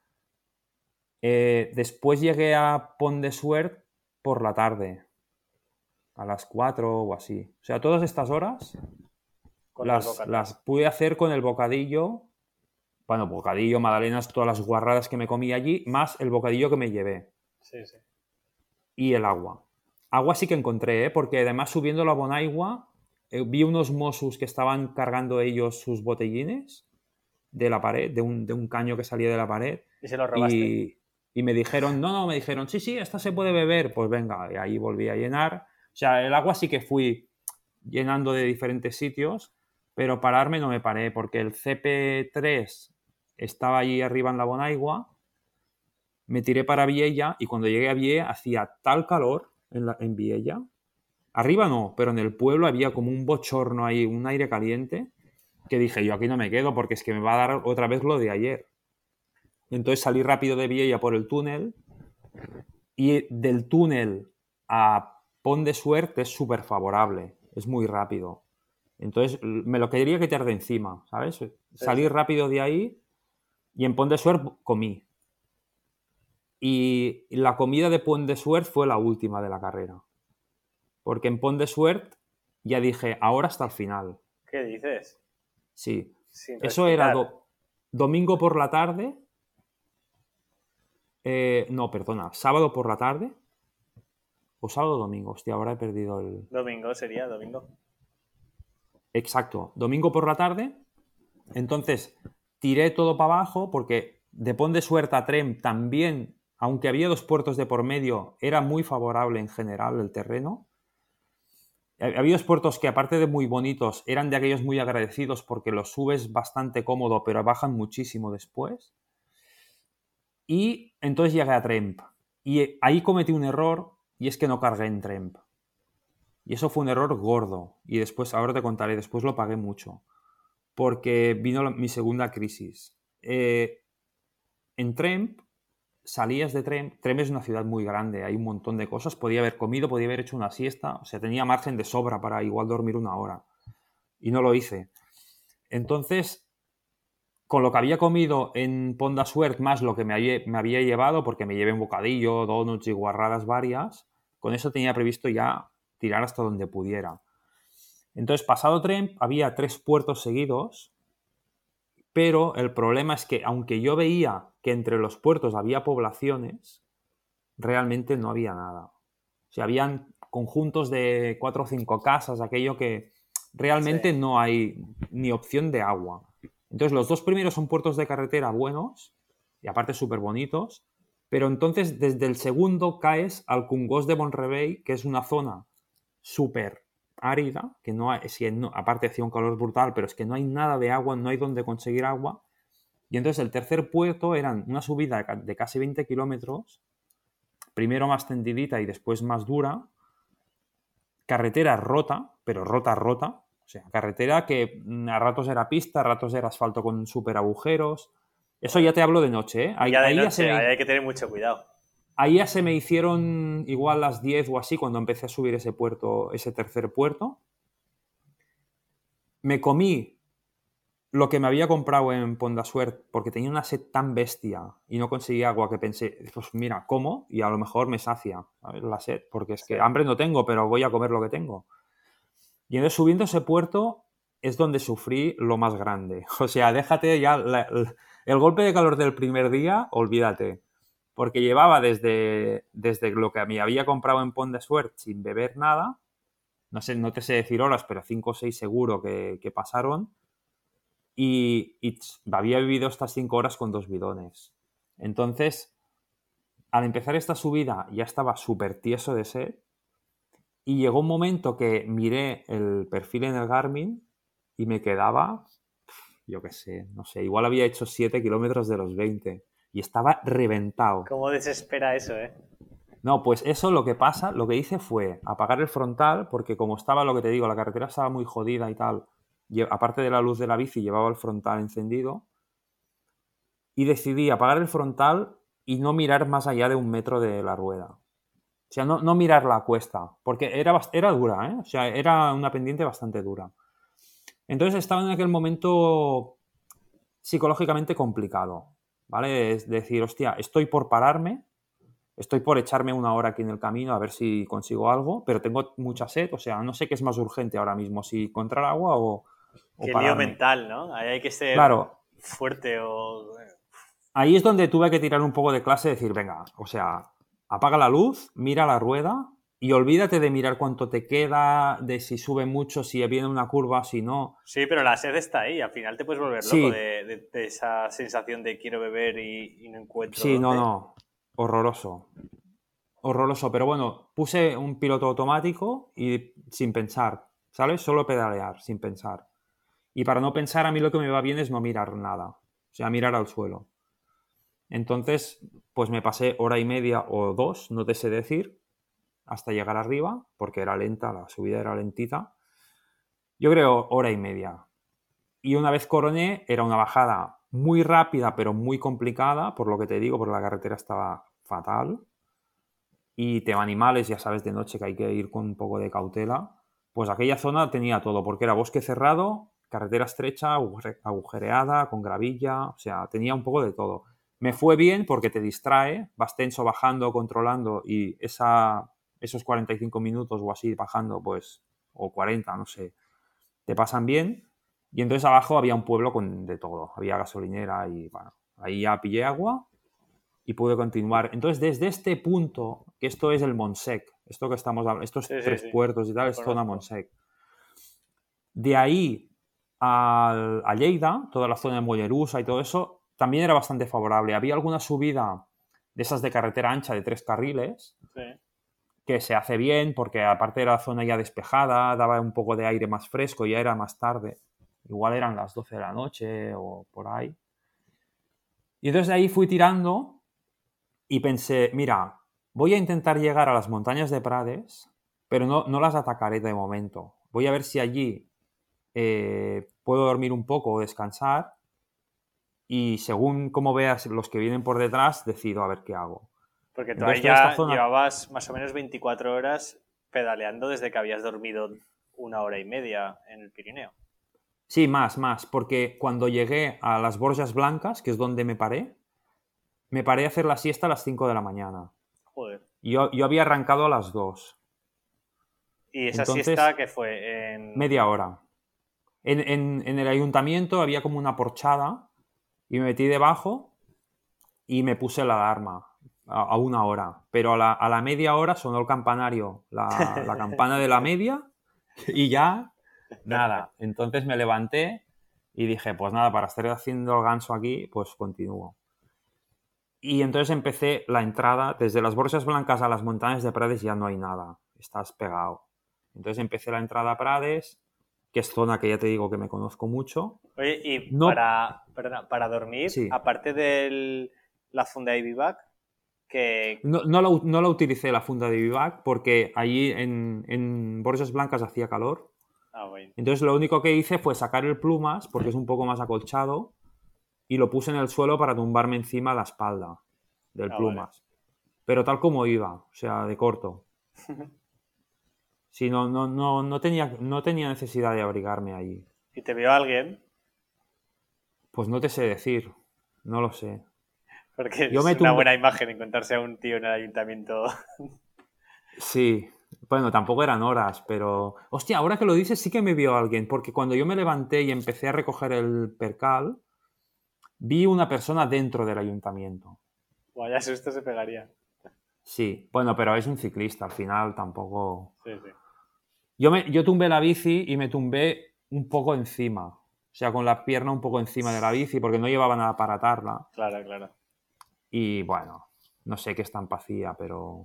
Después llegué a Pont de Suert por la tarde, a las 4 o así. O sea, todas estas horas las pude hacer con el bocadillo. Bueno, bocadillo, magdalenas, todas las guarradas que me comí allí, más el bocadillo que me llevé. Sí. Y el agua. Agua sí que encontré, porque además subiendo la Bonaigua vi unos Mossos que estaban cargando ellos sus botellines de la pared, de un caño que salía de la pared. ¿Y se los robaste? Y me dijeron, me dijeron, sí, esta se puede beber. Pues venga, y ahí volví a llenar. O sea, el agua sí que fui llenando de diferentes sitios, pero pararme no me paré, porque el CP3 estaba allí arriba en la Bonaigua, me tiré para Viella y cuando llegué a Viella hacía tal calor en Viella. Arriba no, pero en el pueblo había como un bochorno ahí, un aire caliente, que dije, yo aquí no me quedo porque es que me va a dar otra vez lo de ayer. Entonces salí rápido de Viella por el túnel y del túnel a Pont de Suert es súper favorable, es muy rápido. Entonces me lo quería quitar de encima, ¿sabes? Sí. Salí rápido de ahí y en Pont de Suert comí. Y la comida de Pont de Suert fue la última de la carrera. Porque en Pont de Suert ya dije, ahora hasta el final. ¿Qué dices? Sí. Eso era domingo por la tarde No, perdona, sábado por la tarde o sábado o domingo. Hostia, ahora he perdido el... Domingo sería, domingo. Exacto, domingo por la tarde. Entonces tiré todo para abajo porque de Pont de Suert a Tremp también, aunque había 2 puertos de por medio, era muy favorable en general el terreno. Había 2 puertos que, aparte de muy bonitos, eran de aquellos muy agradecidos porque los subes bastante cómodo, pero bajan muchísimo después. Y entonces llegué a Tremp. Y ahí cometí un error, y es que no cargué en Tremp. Y eso fue un error gordo. Y después, ahora te contaré, después lo pagué mucho. Porque vino mi segunda crisis. En Tremp, salías de Tremp. Tremp es una ciudad muy grande, hay un montón de cosas. Podía haber comido, podía haber hecho una siesta. O sea, tenía margen de sobra para igual dormir 1 hora. Y no lo hice. Entonces, con lo que había comido en Pont de Suert, más lo que me había llevado, porque me llevé un bocadillo, donuts y guarradas varias, con eso tenía previsto ya tirar hasta donde pudiera. Entonces, pasado Tremp, había 3 puertos seguidos, pero el problema es que, aunque yo veía que entre los puertos había poblaciones, realmente no había nada. O sea, habían conjuntos de 4 o 5 casas, aquello que realmente Sí. no hay ni opción de agua. Entonces, los 2 primeros son puertos de carretera buenos y aparte súper bonitos, pero entonces desde el segundo caes al Congost de Bonrevei, que es una zona súper árida, que no hay, aparte hacía un calor brutal, pero es que no hay nada de agua, no hay donde conseguir agua. Y entonces el tercer puerto eran una subida de casi 20 kilómetros, primero más tendidita y después más dura, carretera rota, pero rota, rota. O sea, carretera que a ratos era pista, a ratos era asfalto con súper agujeros. Eso ya Joder. te hablo de noche, ¿eh? Y ya de noche, ahí hay que tener mucho cuidado. Ahí ya se me hicieron igual las 10 o así cuando empecé a subir ese puerto, ese tercer puerto. Me comí lo que me había comprado en Pont de Suert porque tenía una sed tan bestia y no conseguía agua que pensé, pues mira, como y a lo mejor me sacia, ¿sabes? La sed, porque es Sí. que hambre no tengo, pero voy a comer lo que tengo. Y entonces subiendo ese puerto es donde sufrí lo más grande. O sea, déjate ya el golpe de calor del primer día, olvídate. Porque llevaba desde lo que me había comprado en Pont de Suert sin beber nada, no sé, no te sé decir horas, pero 5 o 6 seguro que pasaron, y había vivido estas 5 horas con 2 bidones. Entonces, al empezar esta subida ya estaba súper tieso de sed, y llegó un momento que miré el perfil en el Garmin y me quedaba, yo qué sé, no sé, igual había hecho 7 kilómetros de los 20 y estaba reventado. ¿Cómo desespera eso, eh? No, pues eso lo que pasa, lo que hice fue apagar el frontal, porque como estaba, lo que te digo, la carretera estaba muy jodida y tal, y aparte de la luz de la bici llevaba el frontal encendido, y decidí apagar el frontal y no mirar más allá de 1 metro de la rueda. O sea, no mirar la cuesta, porque era dura, ¿eh? O sea, era una pendiente bastante dura. Entonces estaba en aquel momento psicológicamente complicado, ¿vale? Es decir, hostia, estoy por pararme, estoy por echarme 1 hora aquí en el camino a ver si consigo algo, pero tengo mucha sed, o sea, no sé qué es más urgente ahora mismo, si encontrar agua o Qué lío pararme. mental, ¿no? Ahí hay que ser Claro, fuerte o... ahí es donde tuve que tirar un poco de clase y decir, venga, o sea, apaga la luz, mira la rueda y olvídate de mirar cuánto te queda, de si sube mucho, si viene una curva, si no. Sí, pero la sed está ahí. Al final te puedes volver loco Sí, de esa sensación de quiero beber y no encuentro sí, no, dónde. no, horroroso. Horroroso, pero bueno, puse un piloto automático y sin pensar, ¿sabes? Solo pedalear, sin pensar. Y para no pensar, a mí lo que me va bien es no mirar nada, o sea, mirar al suelo. Entonces, pues me pasé 1 hora y media o 2, no te sé decir, hasta llegar arriba, porque era lenta, la subida era lentita. Yo creo 1 hora y media. Y una vez coroné, era una bajada muy rápida, pero muy complicada, por lo que te digo, porque la carretera estaba fatal. Y tema animales, ya sabes de noche que hay que ir con un poco de cautela, pues aquella zona tenía todo, porque era bosque cerrado, carretera estrecha, agujereada, con gravilla, o sea, tenía un poco de todo. Me fue bien porque te distrae, vas tenso bajando, controlando y esos 45 minutos o así bajando, pues, o 40, no sé, te pasan bien. Y entonces abajo había un pueblo con de todo, había gasolinera y bueno, ahí ya pillé agua y pude continuar. Entonces, desde este punto, que esto es el Montsec, esto que estamos hablando, estos tres puertos y tal, es zona Montsec. De ahí a Lleida, toda la zona de Mollerussa y todo eso, también era bastante favorable. Había alguna subida de esas de carretera ancha de 3 carriles, que se hace bien porque aparte era la zona ya despejada, daba un poco de aire más fresco, ya era más tarde. Igual eran las 12 de la noche o por ahí. Y entonces de ahí fui tirando y pensé, mira, voy a intentar llegar a las montañas de Prades, pero no las atacaré de momento. Voy a ver si allí puedo dormir un poco o descansar y según cómo veas los que vienen por detrás, decido a ver qué hago. Porque tú ahí ya llevabas más o menos 24 horas pedaleando desde que habías dormido 1 hora y media en el Pirineo. Sí, más, porque cuando llegué a las Borjas Blancas, que es donde me paré a hacer la siesta a las 5 de la mañana. Joder. Yo había arrancado a las 2. ¿Y esa siesta qué fue? Media hora. En el ayuntamiento había como una porchada y me metí debajo y me puse la alarma a 1 hora. Pero a la media hora sonó el campanario, la campana de la media y ya nada. Entonces me levanté y dije, pues nada, para estar haciendo el ganso aquí, pues continúo. Y entonces empecé la entrada. Desde las Borjas Blancas a las montañas de Prades ya no hay nada. Estás pegado. Entonces empecé la entrada a Prades, que es zona que ya te digo que me conozco mucho. Oye, y para dormir, sí, aparte de la funda de bivac, que... No la utilicé la funda de bivac porque allí en Borjas Blancas hacía calor. Bueno. Entonces lo único que hice fue sacar el plumas, porque es un poco más acolchado, y lo puse en el suelo para tumbarme encima la espalda del plumas. Vale. Pero tal como iba, o sea, de corto. Sí, no tenía necesidad de abrigarme allí. ¿Y te vio alguien? Pues no te sé decir, no lo sé. Porque es una buena imagen encontrarse a un tío en el ayuntamiento. Sí, bueno, tampoco eran horas, pero... Hostia, ahora que lo dices sí que me vio alguien, porque cuando yo me levanté y empecé a recoger el percal, vi una persona dentro del ayuntamiento. Vaya susto se pegaría. Sí, bueno, pero es un ciclista, al final tampoco... Sí. Yo tumbé la bici y me tumbé un poco encima. O sea, con la pierna un poco encima de la bici, porque no llevaba nada para atarla. Claro. Y bueno, no sé qué estampa hacía, pero...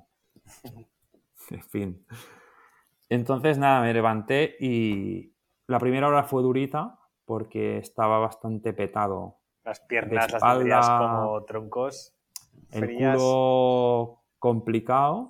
En fin. Entonces, nada, me levanté y la primera hora fue durita porque estaba bastante petado. Las piernas las tendrías como troncos. El culo complicado.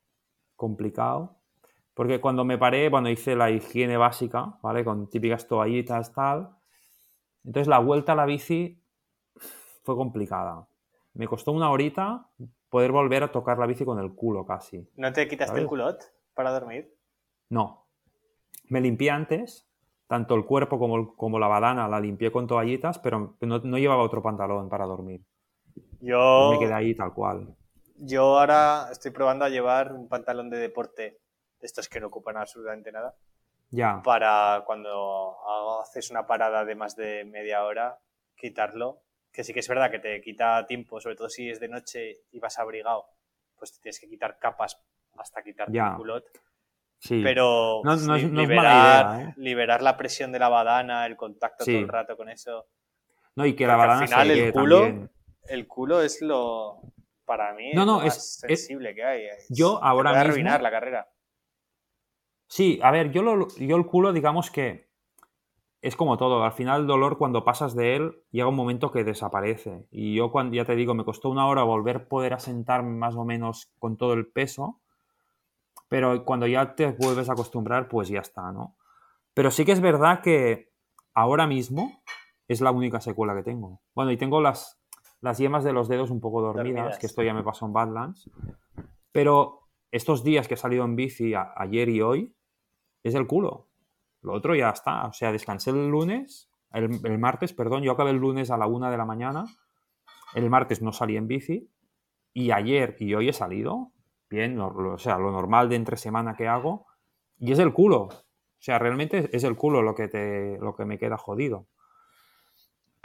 Porque cuando me paré, bueno, hice la higiene básica, ¿vale? Con típicas toallitas, tal. Entonces la vuelta a la bici fue complicada. Me costó 1 horita poder volver a tocar la bici con el culo casi. ¿No te quitaste, ¿sabes?, el culot para dormir? No. Me limpié antes, tanto el cuerpo como la badana la limpié con toallitas, pero no llevaba otro pantalón para dormir. Entonces me quedé ahí tal cual. Yo ahora estoy probando a llevar un pantalón de deporte, de estos que no ocupan absolutamente nada. Ya. Para cuando haces una parada de más de media hora, quitarlo. Que sí que es verdad que te quita tiempo, sobre todo si es de noche y vas abrigado, pues te tienes que quitar capas hasta quitarte el culot. Sí. Pero no es mala idea, liberar la presión de la badana, el contacto todo el rato con eso. No, y que la badana al final también. El culo es lo, para mí, lo más sensible que hay. Yo ahora te puede mismo arruinar la carrera. Sí, a ver, yo el culo, digamos que es como todo. Al final el dolor, cuando pasas de él, llega un momento que desaparece. Y yo, ya te digo, me costó 1 hora poder asentarme más o menos con todo el peso. Pero cuando ya te vuelves a acostumbrar, pues ya está, ¿no? Pero sí que es verdad que ahora mismo es la única secuela que tengo. Bueno, y tengo las yemas de los dedos un poco dormidas, que esto ya me pasó en Badlands. Pero estos días que he salido en bici ayer y hoy, es el culo. Lo otro ya está. O sea, descansé el lunes, el martes, perdón. Yo acabé el lunes a la 1 de la mañana. El martes no salí en bici. Y ayer y hoy he salido. Bien, o sea, lo normal de entre semana que hago. Y es el culo. O sea, realmente es el culo lo que me queda jodido.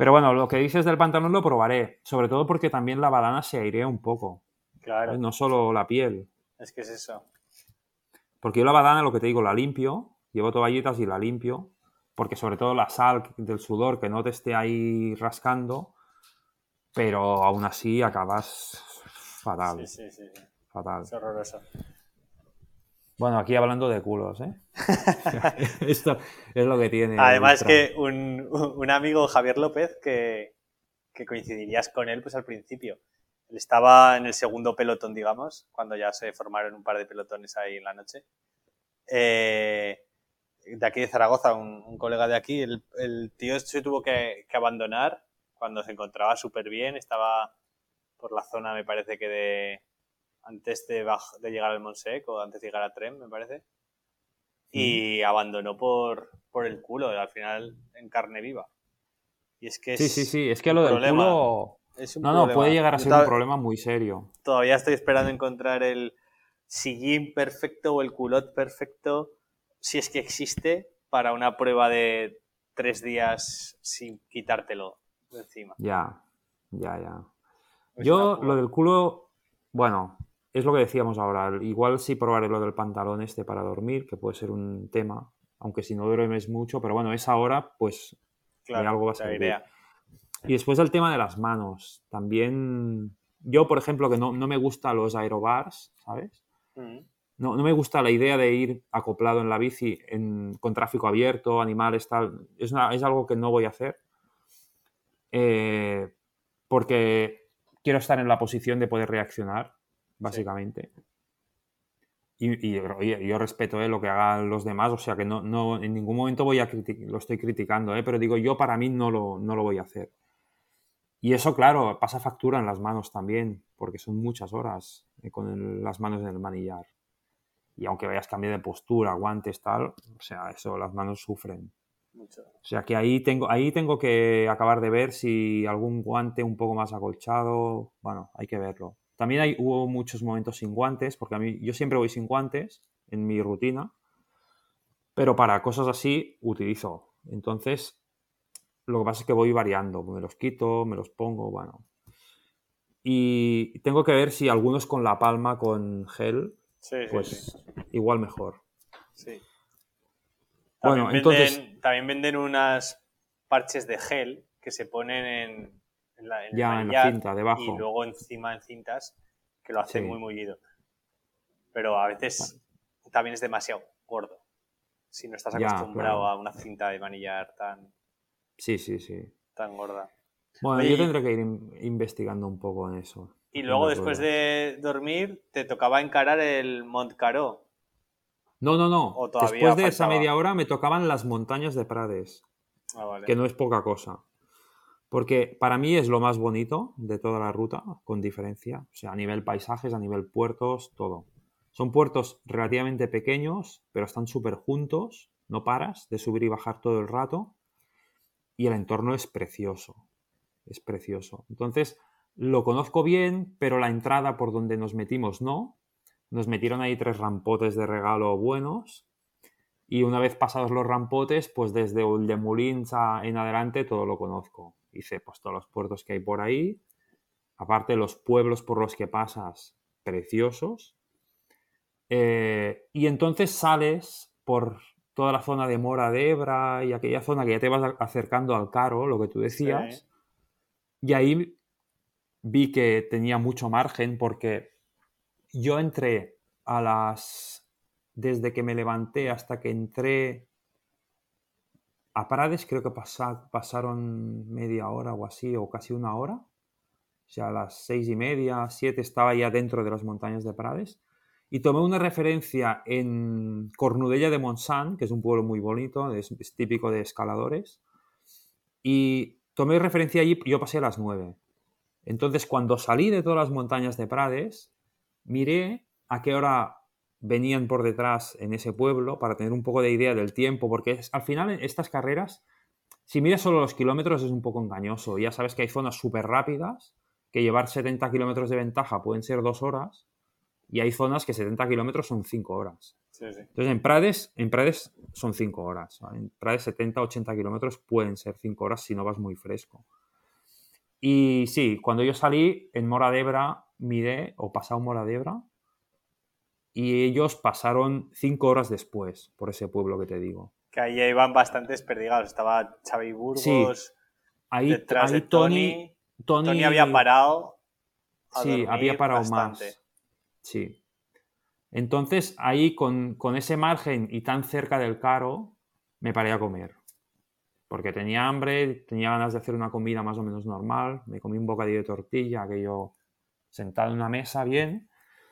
Pero bueno, lo que dices del pantalón lo probaré, sobre todo porque también la badana se airea un poco. Claro. No solo la piel. Es que es eso. Porque yo la badana, lo que te digo, la limpio, llevo toallitas y la limpio, porque sobre todo la sal del sudor, que no te esté ahí rascando, pero aún así acabas fatal. Sí. Fatal. Es horroroso. Bueno, aquí hablando de culos, ¿eh? Esto es lo que tiene. Además que un amigo, Javier López, que coincidirías con él pues al principio. Él estaba en el segundo pelotón, digamos, cuando ya se formaron un par de pelotones ahí en la noche. De aquí de Zaragoza, un colega de aquí, el tío se tuvo que abandonar cuando se encontraba súper bien, estaba por la zona, me parece que de antes de llegar al Montsec o antes de llegar a Trem, me parece, y abandonó por el culo, al final en carne viva. Y es que sí, es que lo del problema. culo... Es un No, problema. puede llegar a ser un problema muy serio. Todavía estoy esperando encontrar el sillín perfecto o el culot perfecto, si es que existe, para una prueba de 3 días sin quitártelo de encima. Ya. Es Yo, lo del culo, bueno, es lo que decíamos ahora. Igual sí probaré lo del pantalón este para dormir, que puede ser un tema, aunque si no duermes mucho, pero bueno, esa hora, pues claro, de algo va a servir. Y después el tema de las manos. También, yo, por ejemplo, que no me gustan los aerobars, ¿sabes? No me gusta la idea de ir acoplado en la bici con tráfico abierto, animales, tal. Es algo que no voy a hacer. Porque quiero estar en la posición de poder reaccionar, básicamente. Sí. Y oye, yo respeto lo que hagan los demás, o sea que no en ningún momento lo estoy criticando, pero digo, yo para mí no lo voy a hacer. Y eso, claro, pasa factura en las manos también, porque son muchas horas con las manos en el manillar. Y aunque vayas cambiando de postura, guantes, tal, o sea, eso, las manos sufren. Mucho. O sea que ahí tengo que acabar de ver si algún guante un poco más acolchado, bueno, hay que verlo. También hubo muchos momentos sin guantes, porque yo siempre voy sin guantes en mi rutina, pero para cosas así utilizo. Entonces, lo que pasa es que voy variando, me los quito, me los pongo, bueno. Y tengo que ver si algunos con la palma, con gel, pues igual mejor. Sí. También venden unas parches de gel que se ponen en la cinta, debajo. Y luego encima en cintas, que lo hacen muy mullido. Pero a veces también es demasiado gordo. Si no estás acostumbrado a una cinta de manillar tan... Sí. Tan gorda. Bueno, yo tendré que ir investigando un poco en eso. Y luego, después de dormir, te tocaba encarar el Mont Caró. No. Después de esa media hora me tocaban las montañas de Prades. Vale. Que no es poca cosa. Porque para mí es lo más bonito de toda la ruta, con diferencia. O sea, a nivel paisajes, a nivel puertos, todo. Son puertos relativamente pequeños, pero están súper juntos. No paras de subir y bajar todo el rato. Y el entorno es precioso. Es precioso. Entonces, lo conozco bien, pero la entrada por donde nos metimos no. Nos metieron ahí 3 rampotes de regalo buenos. Y una vez pasados los rampotes, pues desde Ulldemolins en adelante todo lo conozco. Hice pues todos los puertos que hay por ahí. Aparte los pueblos por los que pasas, preciosos. Y entonces sales por toda la zona de Mora de Ebra y aquella zona que ya te vas acercando al Caro, lo que tú decías. Sí. Y ahí vi que tenía mucho margen porque yo entré desde que me levanté hasta que entré a Prades, creo que pasaron media hora o así, o casi una hora. O sea, a las 6:30, 7 estaba ya dentro de las montañas de Prades. Y tomé una referencia en Cornudella de Montsant, que es un pueblo muy bonito, es típico de escaladores. Y tomé referencia allí, yo pasé a las 9. Entonces, cuando salí de todas las montañas de Prades, miré a qué hora venían por detrás en ese pueblo para tener un poco de idea del tiempo, porque al final estas carreras, si miras solo los kilómetros es un poco engañoso. Ya sabes que hay zonas súper rápidas, que llevar 70 kilómetros de ventaja pueden ser 2 horas, y hay zonas que 70 kilómetros son 5 horas. Sí. Entonces, en Prades son 5 horas. ¿Vale? En praderas de 70, 80 kilómetros pueden ser 5 horas si no vas muy fresco. Y sí, cuando yo salí en Móra d'Ebre, miré, o pasado Móra d'Ebre, y ellos pasaron 5 horas después por ese pueblo que te digo. Que ahí ya iban bastante desperdigados. Estaba Xavi Sí, Burgos detrás de ahí Tony. Tony había parado a sí, había dormir parado bastante. más. Sí. Entonces, ahí con ese margen y tan cerca del Caro, me paré a comer. Porque tenía hambre, tenía ganas de hacer una comida más o menos normal. Me comí un bocadillo de tortilla, aquello sentado en una mesa bien.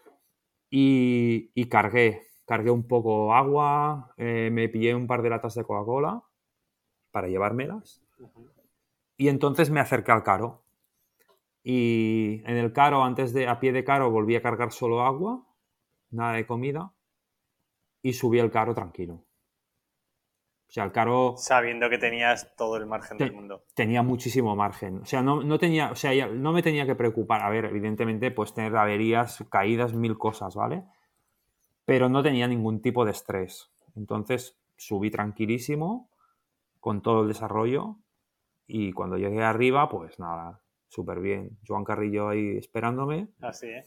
Y cargué un poco agua, me pillé un par de latas de Coca-Cola para llevármelas. Y entonces me acerqué al Caro. Y en el Caro, a pie de Caro, volví a cargar solo agua, nada de comida, y subí el Caro tranquilo. O sea, el Caro Sabiendo que tenías todo el margen del mundo. tenía muchísimo margen. O sea, no me tenía que preocupar. A ver, evidentemente, pues tener averías, caídas, 1000 cosas, ¿vale? Pero no tenía ningún tipo de estrés. Entonces subí tranquilísimo con todo el desarrollo y cuando llegué arriba, pues nada, súper bien. Joan Carrillo ahí esperándome. Así, ¿eh?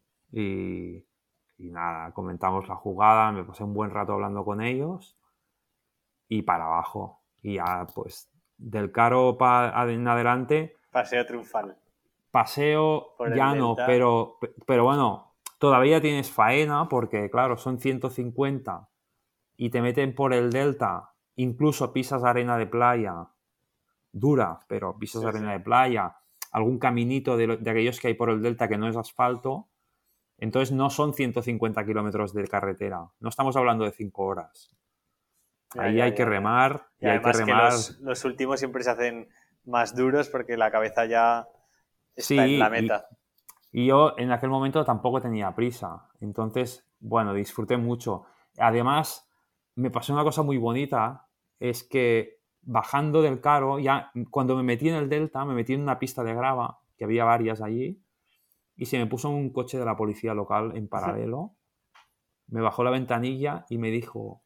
Y nada, comentamos la jugada, me pasé un buen rato hablando con ellos y para abajo. Y ya, pues, del Caro en adelante. Paseo triunfal. Paseo Por el ya no, Delta. pero bueno, todavía tienes faena porque, claro, son 150 y te meten por el Delta, incluso pisas arena de playa, dura, pero pisas Sí, arena sí. de playa, algún caminito de aquellos que hay por el Delta que no es asfalto. Entonces no son 150 kilómetros de carretera, no estamos hablando de 5 horas. Ahí hay que remar Y y hay que además que remar. los últimos siempre se hacen más duros porque la cabeza ya está en la Sí, meta. y yo en aquel momento tampoco tenía prisa. Entonces, bueno, disfruté mucho. Además, me pasó una cosa muy bonita, es que bajando del Caro, ya cuando me metí en el Delta, me metí en una pista de grava, que había varias allí, y se me puso un coche de la policía local en paralelo, me bajó la ventanilla y me dijo,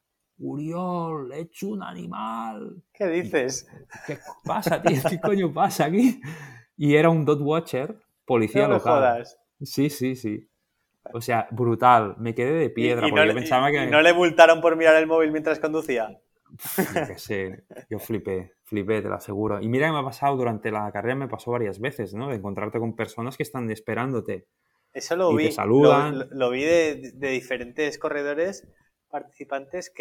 Uriol, he hecho un animal. ¿Qué Y yo, dices? ¿qué pasa, tío? ¿Qué coño pasa aquí? Y era un dog watcher, No policía me local. jodas. Sí, sí, sí. O sea, brutal. Me quedé de piedra ¿Y no, porque yo pensaba y no que... le multaron por mirar el móvil mientras conducía? Yo qué sé, yo flipé, te lo aseguro. Y mira que me ha pasado durante la carrera, me pasó varias veces, ¿no? De encontrarte con personas que están esperándote Eso lo y te vi. Lo, saludan. lo vi de diferentes corredores participantes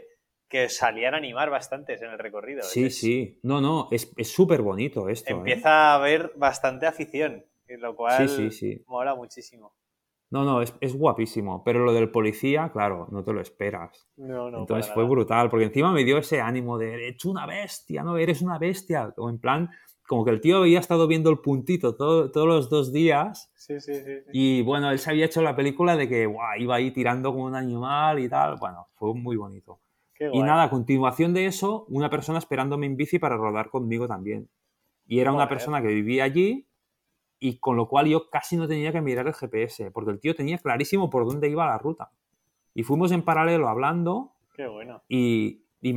que salían a animar bastantes en el recorrido. Sí, sí. No, es súper bonito esto, ¿eh? Empieza a haber bastante afición, lo Sí, sí, cual sí. mola muchísimo. No, es guapísimo. Pero lo del policía, claro, no te lo esperas. No, no, para Entonces fue nada. brutal, porque encima me dio ese ánimo de, he hecho una bestia, ¿no? Eres una bestia. O en plan, como que el tío había estado viendo el puntito todos los 2 días. Sí, sí, sí, sí. Y bueno, él se había hecho la película de que guau, iba ahí tirando como un animal y tal. Bueno, fue muy bonito. Qué Y guay. nada, a continuación de eso, una persona esperándome en bici para rodar conmigo también. Y era una Joder. persona que vivía allí y con lo cual yo casi no tenía que mirar el GPS, porque el tío tenía clarísimo por dónde iba la ruta. Y fuimos en paralelo hablando Qué bueno. y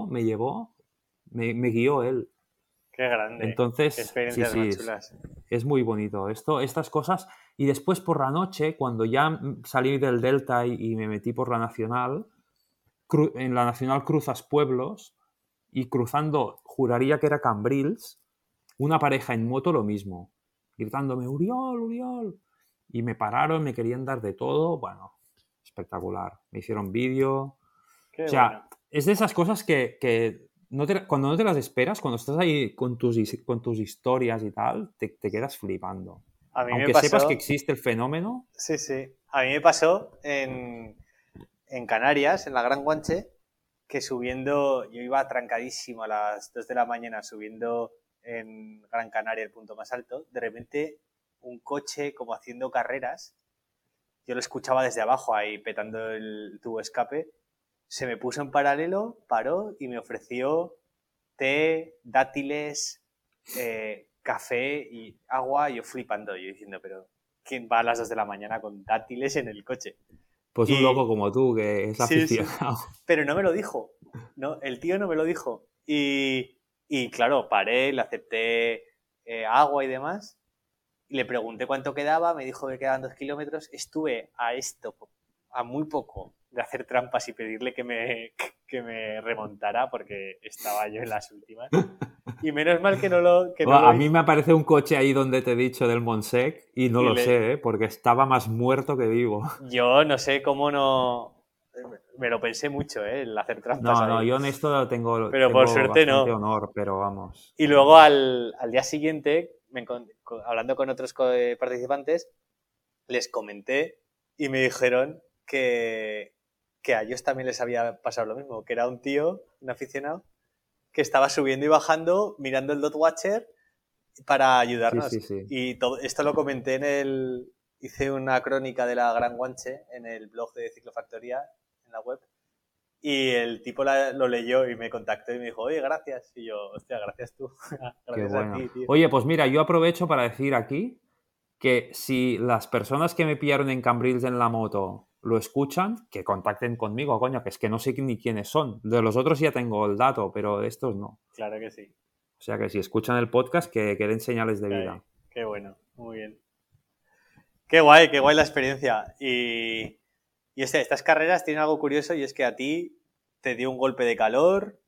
me guió él. Qué grande. Qué Entonces, sí, experiencias sí, más chulas. es muy bonito estas cosas. Y después por la noche, cuando ya salí del Delta y me metí por la Nacional, en la Nacional cruzas pueblos y cruzando, juraría que era Cambrils, una pareja en moto lo mismo, gritándome, Uriol, Uriol. Y me pararon, me querían dar de todo. Bueno, espectacular. Me hicieron vídeo. O Qué bueno. sea, es de esas cosas que cuando no te las esperas, cuando estás ahí con tus historias y tal, te quedas flipando. A mí me Aunque sepas que pasó. existe el fenómeno. Sí, sí. A mí me pasó en Canarias, en la Gran Guanche, que subiendo, yo iba trancadísimo a las 2 de la mañana subiendo en Gran Canaria, el punto más alto, de repente un coche como haciendo carreras, yo lo escuchaba desde abajo ahí petando el tubo escape, se me puso en paralelo, paró y me ofreció té, dátiles, café y agua, yo flipando, yo diciendo, pero ¿quién va a las 2 de la mañana con dátiles en el coche? Pues un loco Y como tú, que es sí, sí, aficionado. pero no me lo dijo. No, el tío no me lo dijo. Y claro, paré, le acepté agua y demás. Y le pregunté cuánto quedaba, me dijo que quedaban 2 kilómetros. Estuve a muy poco de hacer trampas y pedirle que me remontara porque estaba yo en las últimas. Y menos mal que no lo A mí hice. me aparece un coche ahí donde te he dicho del Montsec y no Y lo sé, porque estaba más muerto que vivo. yo no sé cómo no... Me lo pensé mucho, el hacer trampas No, ahí. yo en esto Pero por tengo suerte bastante no. honor, pero vamos. Y luego al día siguiente, hablando con otros participantes, les comenté y me dijeron que a ellos también les había pasado lo mismo, que era un tío, un aficionado, que estaba subiendo y bajando, mirando el Dot Watcher para Sí, ayudarnos. sí, sí. Y todo esto lo comenté hice una crónica de la Gran Guanche en el blog de Ciclofactoría, en la web, y el tipo lo leyó y me contactó y me dijo, oye, gracias. Y yo, hostia, gracias tú. Qué Gracias a bueno. ti, tío. Oye, pues mira, yo aprovecho para decir aquí que si las personas que me pillaron en Cambrils en la moto lo escuchan, que contacten conmigo, coño, que es que no sé ni quiénes son. De los otros ya tengo el dato, pero de estos no. Claro que sí. O sea que si escuchan el podcast, que den señales de vida. Qué bueno, muy bien. Qué guay la experiencia. Y estas carreras tienen algo curioso y es que a ti te dio un golpe de calor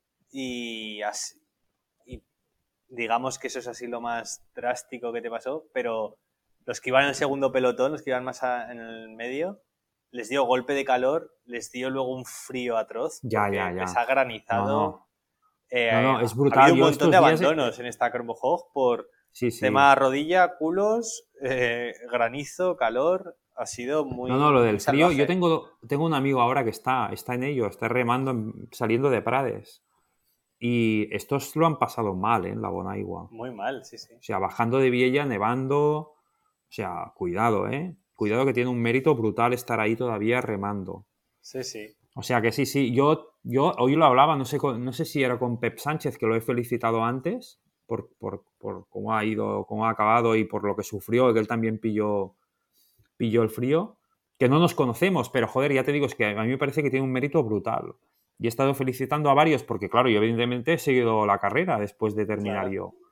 y digamos que eso es así lo más drástico que te pasó, pero los que iban en el segundo pelotón, los que iban más en el medio, les dio golpe de calor, les dio luego un frío atroz Ya, porque ya, les ya. ha granizado. No, es Ha brutal. habido un Yo montón estos de días... abandonos en esta Hog por Sí, sí. tema rodilla, culos, granizo, calor. Ha sido No, muy, lo muy del frío. Yo salvaje. tengo un amigo ahora que está en ello, está remando, saliendo de Prades. Y estos lo han pasado mal, en la Bonaigua. O Muy mal, sí, sí. sea, bajando de Viella, nevando. O sea, cuidado, ¿eh? Cuidado que tiene un mérito brutal estar ahí todavía remando. Sí, sí. O sea que sí, sí. Yo hoy lo hablaba, no sé si era con Pep Sánchez, que lo he felicitado antes, por cómo ha ido, cómo ha acabado y por lo que sufrió, que él también pilló el frío, que no nos conocemos, pero joder, ya te digo, es que a mí me parece que tiene un mérito brutal. Y he estado felicitando a varios porque, claro, yo evidentemente he seguido la carrera después de terminar Claro. yo.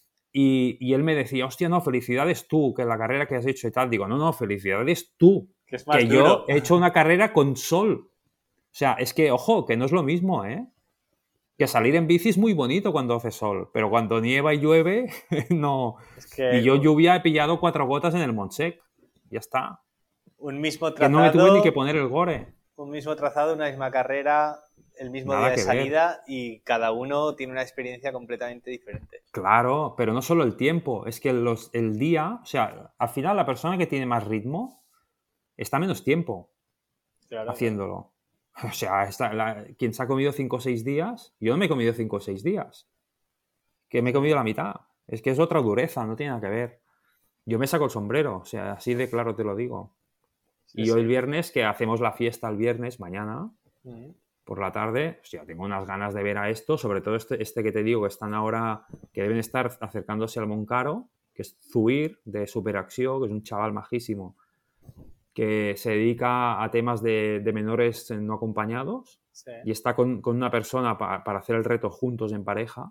Y él me decía, hostia, no, felicidades tú, que la carrera que has hecho y tal. Digo, no, felicidades tú, Que es más que yo duro. he hecho una carrera con sol. O sea, es que, ojo, que no es lo mismo, ¿eh? Que salir en bici es muy bonito cuando hace sol, pero cuando nieva y llueve, no. Es Y que yo lluvia he pillado 4 gotas en el Montsec. Ya está. un mismo Que no me tuve ni que trazado, poner el gore. una misma carrera, el mismo día Nada de que ver. salida y cada uno tiene una experiencia completamente diferente. Claro, pero no solo el tiempo, es que el día, o sea, al final la persona que tiene más ritmo está menos tiempo Claro, claro. haciéndolo. O sea, quien se ha comido 5 o 6 días, yo no me he comido 5 o 6 días, que me he comido la mitad. Es que es otra dureza, no tiene nada que ver. Yo me saco el sombrero, o sea, así de claro te lo digo. Sí, Y yo el sí. viernes, que hacemos la fiesta el viernes, mañana, Mm. por la tarde, hostia, tengo unas ganas de ver a esto, sobre todo este que te digo, que están ahora, que deben estar acercándose al Moncaro, que es Zuir, de Superacció, que es un chaval majísimo, que se dedica a temas de menores no acompañados Sí. y está con una persona para hacer el reto juntos en pareja.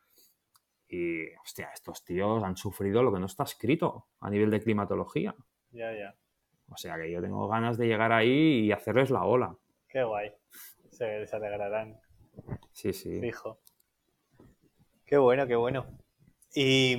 Y, hostia, estos tíos han sufrido lo que no está escrito a nivel de climatología. Ya, ya. O sea que yo tengo ganas de llegar ahí y hacerles la ola. Qué guay. Se alegrarán, Sí, sí. fijo. Qué bueno, qué bueno. Y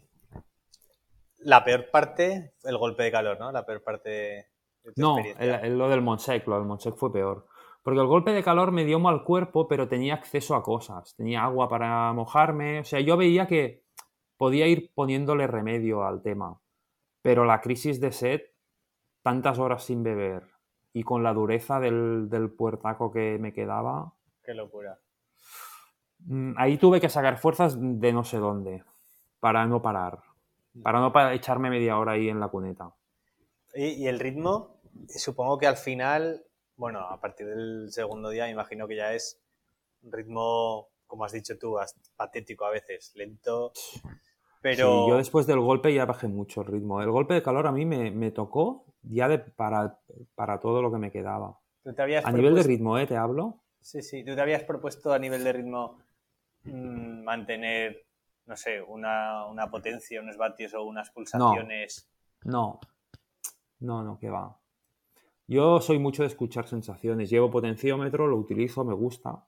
la peor parte, el golpe de calor, ¿no? La peor parte de tu No, experiencia. lo del Montsec fue peor. Porque el golpe de calor me dio mal cuerpo, pero tenía acceso a cosas. Tenía agua para mojarme. O sea, yo veía que podía ir poniéndole remedio al tema. Pero la crisis de sed, tantas horas sin beber y con la dureza del puertaco que me quedaba, Qué locura. ahí tuve que sacar fuerzas de no sé dónde para no parar. Para no echarme media hora ahí en la cuneta. Y el ritmo, supongo que al final, bueno, a partir del segundo día, me imagino que ya es un ritmo, como has dicho tú, patético a veces, lento, Sí, yo pero después del golpe ya bajé mucho el ritmo. El golpe de calor a mí me tocó ya para todo lo que me quedaba. tú te habías A nivel de propuesto, ritmo, te hablo. Sí, sí. ¿Tú te habías propuesto a nivel de ritmo mantener, no sé, una potencia, unos vatios o unas No, pulsaciones? no, no, que va. Yo soy mucho de escuchar sensaciones. Llevo potenciómetro, lo utilizo, me gusta.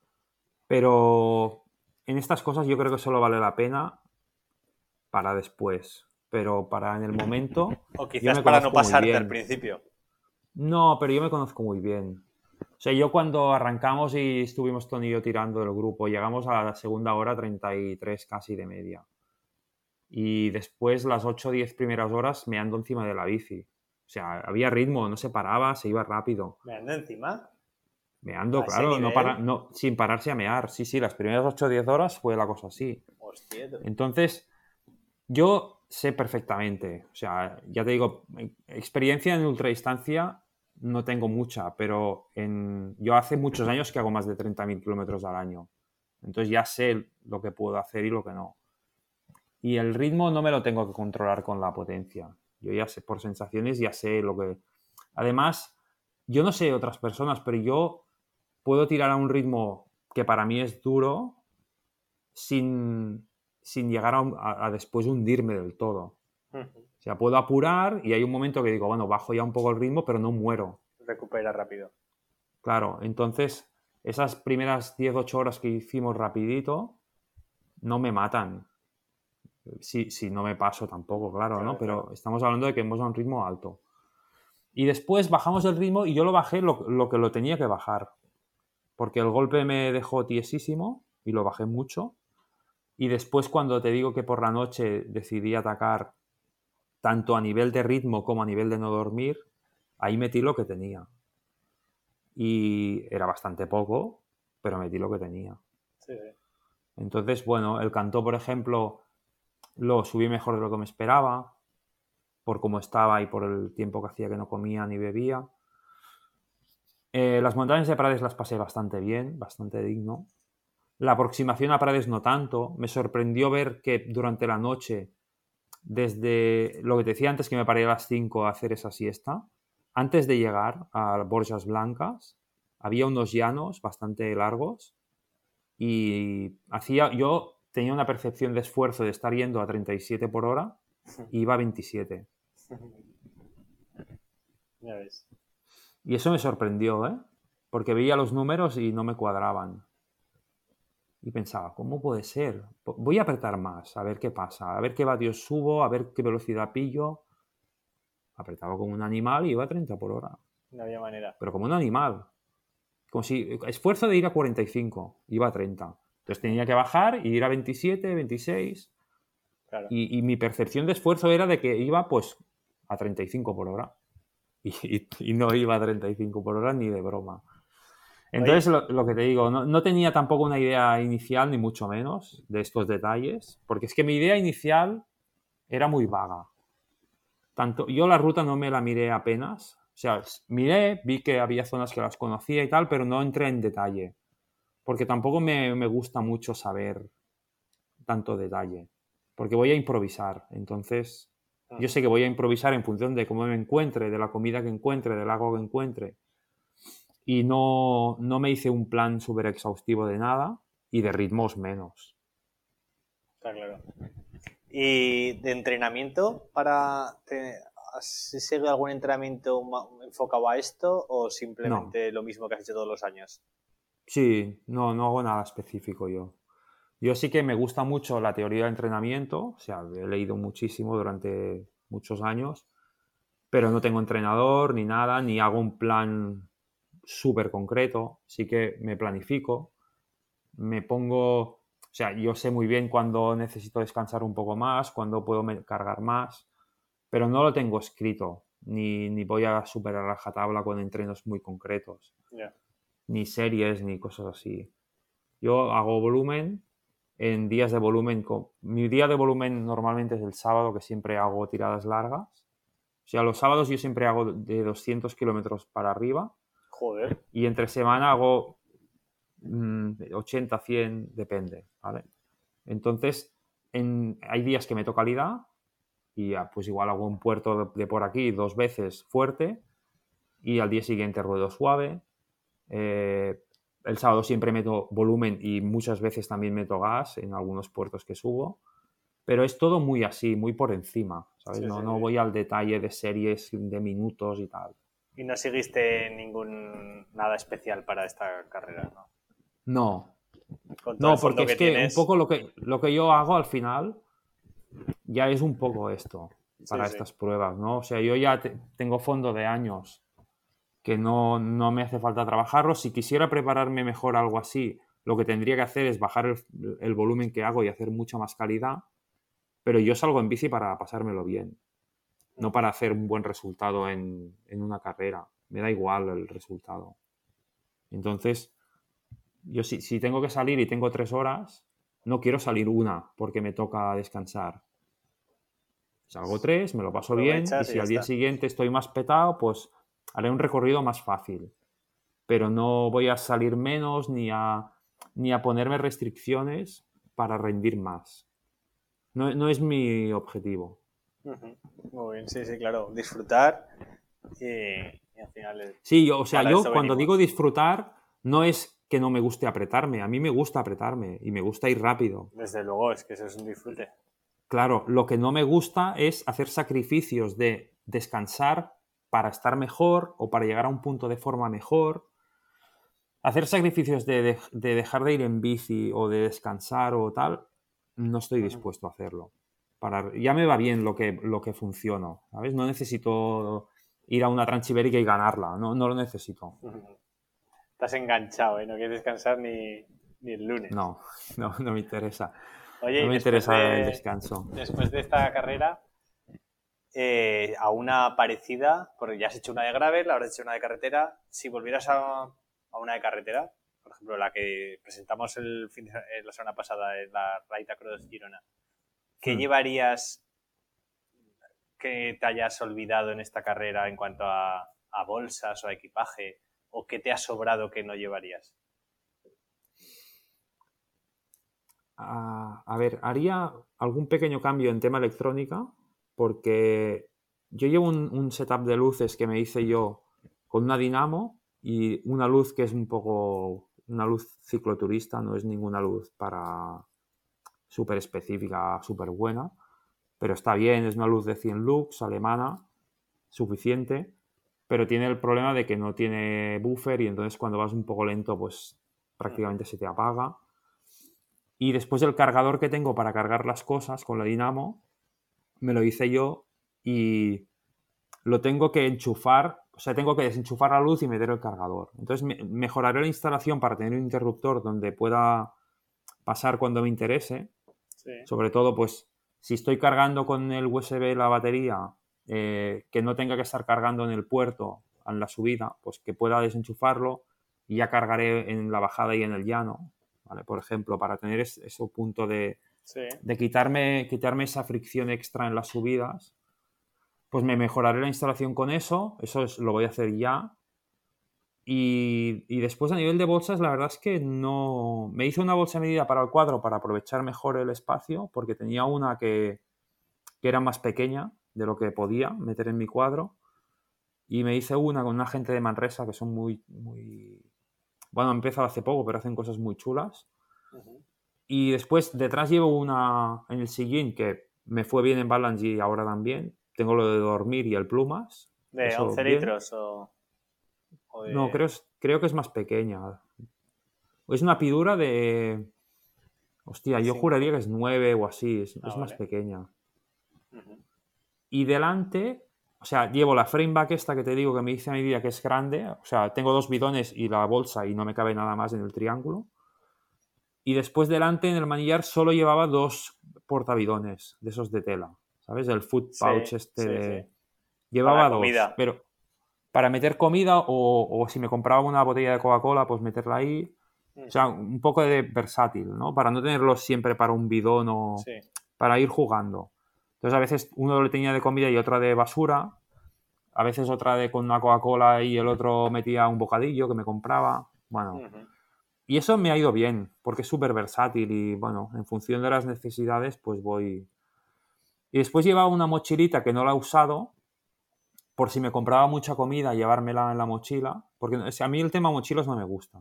Pero en estas cosas yo creo que solo vale la pena para después. Pero para en el momento, O yo quizás me para no conozco muy pasarte al bien. principio. No, pero yo me conozco muy bien. O sea, yo cuando arrancamos y estuvimos Tony y yo tirando el grupo, llegamos a la segunda hora 33 casi de media. Y después las 8 o 10 primeras horas me ando encima de la bici. O sea, había ritmo, no se paraba, se iba rápido. ¿Me ando encima? Meando, ¿A ese claro, no nivel? no, sin pararse a mear. Sí, sí, las primeras 8 o 10 horas fue la cosa así. Hostia, tú. Entonces, yo sé perfectamente, o sea, ya te digo, experiencia en ultradistancia no tengo mucha, pero yo hace muchos años que hago más de 30.000 kilómetros al año. Entonces ya sé lo que puedo hacer y lo que no. Y el ritmo no me lo tengo que controlar con la potencia. Yo ya sé, por sensaciones, ya sé lo que... Además, yo no sé otras personas, pero yo puedo tirar a un ritmo que para mí es duro sin, sin llegar a después hundirme del todo. O sea, puedo apurar y hay un momento que digo, bueno, bajo ya un poco el ritmo, pero no muero. Recupera rápido. Claro, entonces esas primeras 10 8 horas que hicimos rapidito no me matan. Si no me paso tampoco, claro, ¿no? Claro, Pero claro. estamos hablando de que hemos a un ritmo alto. Y después bajamos el ritmo y yo lo bajé lo que lo tenía que bajar. Porque el golpe me dejó tiesísimo y lo bajé mucho. Y después cuando te digo que por la noche decidí atacar tanto a nivel de ritmo como a nivel de no dormir, ahí metí lo que tenía. Y era bastante poco, pero metí lo que tenía. Sí, sí. Entonces, bueno, el cantó, por ejemplo, lo subí mejor de lo que me esperaba, por cómo estaba y por el tiempo que hacía que no comía ni bebía. Las montañas de Prades las pasé bastante bien, bastante digno. La aproximación a Prades no tanto. Me sorprendió ver que durante la noche, desde lo que te decía antes, que me paré a las 5 a hacer esa siesta, antes de llegar a Borjas Blancas, había unos llanos bastante largos y yo tenía una percepción de esfuerzo de estar yendo a 37 por hora y iba a 27. Ya ves. Y eso me sorprendió, ¿eh? Porque veía los números y no me cuadraban. Y pensaba, ¿cómo puede ser? Voy a apretar más, a ver qué pasa, a ver qué vatios subo, a ver qué velocidad pillo. Apretaba como un animal y iba a 30 por hora. No había manera. Pero como un animal. Como si esfuerzo de ir a 45, iba a 30. Entonces tenía que bajar y ir a 27, 26. Claro. Y mi percepción de esfuerzo era de que iba pues a 35 por hora. Y no iba a 35 por hora ni de broma. Entonces, Oye, lo que te digo, no tenía tampoco una idea inicial, ni mucho menos, de estos detalles, porque es que mi idea inicial era muy vaga. Yo la ruta no me la miré apenas, o sea, miré, vi que había zonas que las conocía y tal, pero no entré en detalle, porque tampoco me gusta mucho saber tanto detalle, porque voy a improvisar, entonces yo sé que voy a improvisar en función de cómo me encuentre, de la comida que encuentre, del agua que encuentre, y no me hice un plan súper exhaustivo de nada y de ritmos menos. está claro. ¿Y de entrenamiento has seguido algún entrenamiento enfocado a esto o No, simplemente lo mismo que has hecho todos los años? sí, no hago nada específico yo. Yo sí que me gusta mucho la teoría del entrenamiento, o sea, he leído muchísimo durante muchos años, pero no tengo entrenador ni nada, ni hago un plan súper concreto. Sí que me planifico, me pongo, o sea, yo sé muy bien cuándo necesito descansar un poco más, cuándo puedo cargar más, pero no lo tengo escrito, ni voy a superar la rajatabla con entrenos muy concretos, Ya. ni series, ni cosas así. Yo hago volumen en días de volumen. Mi día de volumen normalmente es el sábado, que siempre hago tiradas largas. O sea, los sábados yo siempre hago de 200 kilómetros para arriba Joder. y entre semana hago 80, 100, depende, ¿vale? Entonces, hay días que me toca calidad y ya, pues igual hago un puerto de por aquí 2 veces fuerte y al día siguiente ruedo suave. Eh, El sábado siempre meto volumen y muchas veces también meto gas en algunos puertos que subo. Pero es todo muy así, muy por encima, ¿sabes? Sí, No, sí, no sí. voy al detalle de series, de minutos y tal. Y no seguiste nada especial para esta carrera, ¿no? No, Con todo el no, porque fondo es que que un tienes. poco lo que yo hago al final ya es un poco esto Sí, para sí. estas pruebas, ¿no? O sea, yo ya tengo fondo de años que no me hace falta trabajarlo. Si quisiera prepararme mejor algo así, lo que tendría que hacer es bajar el volumen que hago y hacer mucha más calidad, pero yo salgo en bici para pasármelo bien, no para hacer un buen resultado en una carrera. Me da igual el resultado. Entonces, yo si tengo que salir y tengo 3 horas, no quiero salir una porque me toca descansar. Salgo 3, me lo paso bien y Aprovechas y si ya al día está. siguiente estoy más petado, pues haré un recorrido más fácil. Pero no voy a salir menos ni a ponerme restricciones para rendir más. No, no es mi objetivo. Ujú. Muy bien, sí, sí, claro. Disfrutar y al final Sí, o sea, para yo esto cuando digo venimos. disfrutar, no es que no me guste apretarme. A mí me gusta apretarme y me gusta ir rápido. Desde luego, es que eso es un disfrute. Claro, lo que no me gusta es hacer sacrificios de descansar para estar mejor o para llegar a un punto de forma mejor. Hacer sacrificios de dejar de ir en bici o de descansar o tal, no estoy Ujú. dispuesto a hacerlo. Ya me va bien lo que funciono, ¿sabes? No necesito ir a una Transibérica y ganarla, no lo necesito. Ujú. Estás enganchado, ¿eh? No quieres descansar ni el lunes. No, no me interesa. Oye, No y me interesa el descanso. después de esta carrera, a una parecida, porque ya has hecho una de gravel, ahora has hecho una de carretera, si volvieras a una de carretera, por ejemplo, la que presentamos la semana pasada en la Raita Cross Girona, ¿qué Hmm. llevarías que te hayas olvidado en esta carrera en cuanto a bolsas o a equipaje? ¿O qué te ha sobrado que no llevarías? A ver, haría algún pequeño cambio en tema electrónica porque yo llevo un setup de luces que me hice yo con una dinamo y una luz que es un poco una luz cicloturista, no es ninguna luz para súper específica, súper buena, pero está bien, es una luz de 100 lux alemana, suficiente, pero tiene el problema de que no tiene buffer y entonces cuando vas un poco lento pues Ujú. prácticamente se te apaga. Y después el cargador que tengo para cargar las cosas con la dinamo, me lo hice yo y lo tengo que enchufar, o sea, tengo que desenchufar la luz y meter el cargador. Entonces mejoraré la instalación para tener un interruptor donde pueda pasar cuando me interese. Sí. Sobre todo, pues, si estoy cargando con el USB la batería, que no tenga que estar cargando en el puerto en la subida, pues que pueda desenchufarlo y ya cargaré en la bajada y en el llano, ¿vale? Por ejemplo, para tener ese punto Sí. de quitarme esa fricción extra en las subidas, pues me mejoraré la instalación con eso lo voy a hacer ya. Y después a nivel de bolsas, la verdad es que no. Me hice una bolsa medida para el cuadro para aprovechar mejor el espacio, porque tenía una que era más pequeña de lo que podía meter en mi cuadro. Y me hice una con una gente de Manresa que son muy, muy. Bueno, han empezado hace poco, pero hacen cosas muy chulas. Ujú. Y después detrás llevo una en el sillín que me fue bien en balance y ahora también. Tengo lo de dormir y el plumas. ¿De Eso 11 bien. litros o No, de...? creo que es más pequeña. Es una pidura de. Hostia, yo juraría ¿5? que es 9 o así, Ah, es más vale. pequeña. Ujú. Y delante, o sea, llevo la frameback esta que te digo que me hice a medida que es grande, o sea, tengo 2 bidones y la bolsa y no me cabe nada más en el triángulo. Y después delante en el manillar solo llevaba 2 portabidones de esos de tela, ¿sabes? El food Sí, pouch este sí, sí. de. Para la Llevaba dos, comida. pero para meter comida o si me compraba una botella de Coca-Cola, pues meterla ahí. O sea, Ujú. un poco de versátil, ¿no? Para no tenerlo siempre para un bidón o Sí. para ir jugando. Entonces a veces uno le tenía de comida y otra de basura, a veces otra de con una Coca-Cola y el otro metía un bocadillo que me compraba. Bueno, Ujú. y eso me ha ido bien, porque es súper versátil y bueno, en función de las necesidades, pues voy. Y después llevaba una mochilita que no la he usado, por si me compraba mucha comida, llevármela en la mochila, porque o sea, a mí el tema mochilas no me gusta.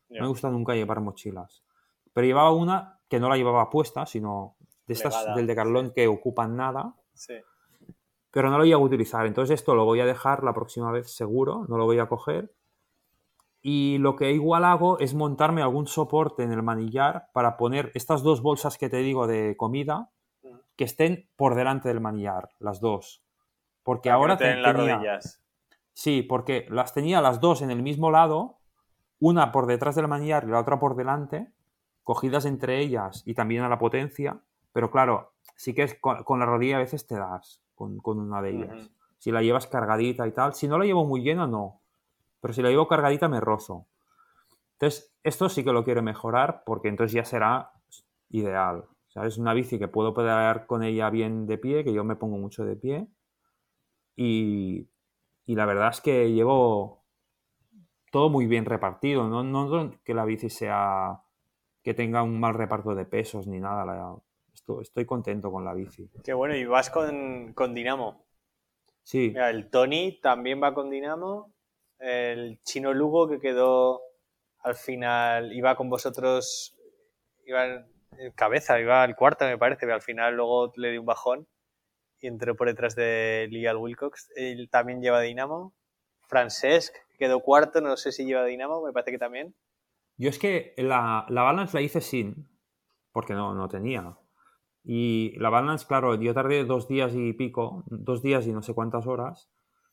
No me gusta nunca llevar mochilas. Pero llevaba una que no la llevaba puesta, sino de estas Plegada, del Decathlon que ocupan nada. Sí. Pero no lo iba a utilizar. Entonces esto lo voy a dejar la próxima vez seguro, no lo voy a coger. Y lo que igual hago es montarme algún soporte en el manillar para poner estas dos bolsas que te digo de comida que estén por delante del manillar, las dos. Porque Para que no ahora te den las tenía... rodillas. Sí, porque las tenía las dos en el mismo lado, una por detrás del manillar y la otra por delante, cogidas entre ellas y también a la potencia. Pero claro, sí que es con la rodilla a veces te das con una de ellas. Si la llevas cargadita y tal. Si no la llevo muy llena, no. Pero si la llevo cargadita, me rozo. Entonces, esto sí que lo quiero mejorar porque entonces ya será ideal. ¿Sabes? Una bici que puedo pedalear con ella bien de pie, que yo me pongo mucho de pie. Y la verdad es que llevo todo muy bien repartido. No que la bici sea que tenga un mal reparto de pesos ni nada. Estoy contento con la bici. Qué bueno, y vas con Dinamo. Sí, Mira, el Tony también va con Dinamo. El Chino Lugo, que quedó al final, iba con vosotros, iba en cabeza, iba al cuarto, me parece, pero al final luego le dio un bajón y entró por detrás de Liam Wilcox. Él también lleva Dinamo. Francesc quedó cuarto, no sé si lleva Dinamo, me parece que también. yo es que la balance la hice sin, porque no tenía. Y la balance, claro, yo tardé 2 días y pico, 2 días y no sé cuántas horas,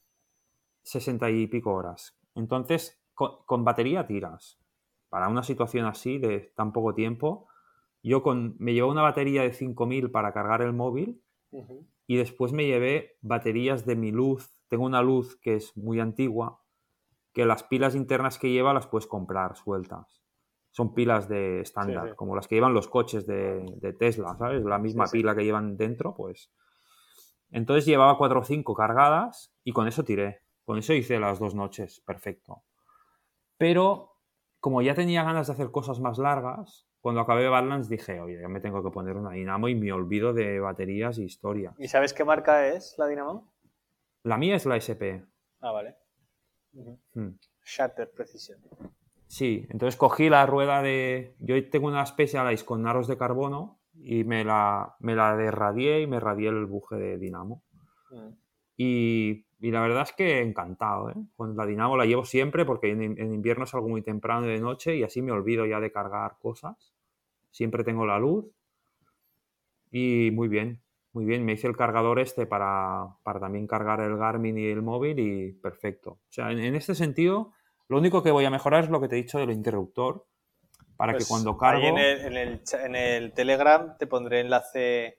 60 y pico horas. Entonces, con batería tiras. Para una situación así de tan poco tiempo, me llevé una batería de 5000 para cargar el móvil y después me llevé baterías de mi luz. Tengo una luz que es muy antigua, que las pilas internas que lleva las puedes comprar sueltas. Son pilas de estándar, Sí. como las que llevan los coches de Tesla, ¿sabes? La misma Sí. pila que llevan dentro, pues. Entonces llevaba 4 o 5 cargadas y con eso tiré. Con eso hice las 2 noches, perfecto. Pero como ya tenía ganas de hacer cosas más largas, cuando acabé Badlands dije, oye, ya me tengo que poner una Dinamo y me olvido de baterías y historias. ¿Y sabes qué marca es la Dinamo? La mía es la SP. Ah, vale. Shatter Precision. Sí, entonces cogí la rueda de... Yo tengo una Specialized con aros de carbono y me la derradié y me radié el buje de Dinamo. Y la verdad es que encantado, ¿eh? Con la Dinamo la llevo siempre porque en invierno salgo muy temprano de noche y así me olvido ya de cargar cosas. Siempre tengo la luz y muy bien, muy bien. Me hice el cargador para también cargar el Garmin y el móvil y perfecto. O sea, en este sentido, lo único que voy a mejorar es lo que te he dicho del interruptor para que Pues cuando ahí en cargo... el Telegram te pondré enlace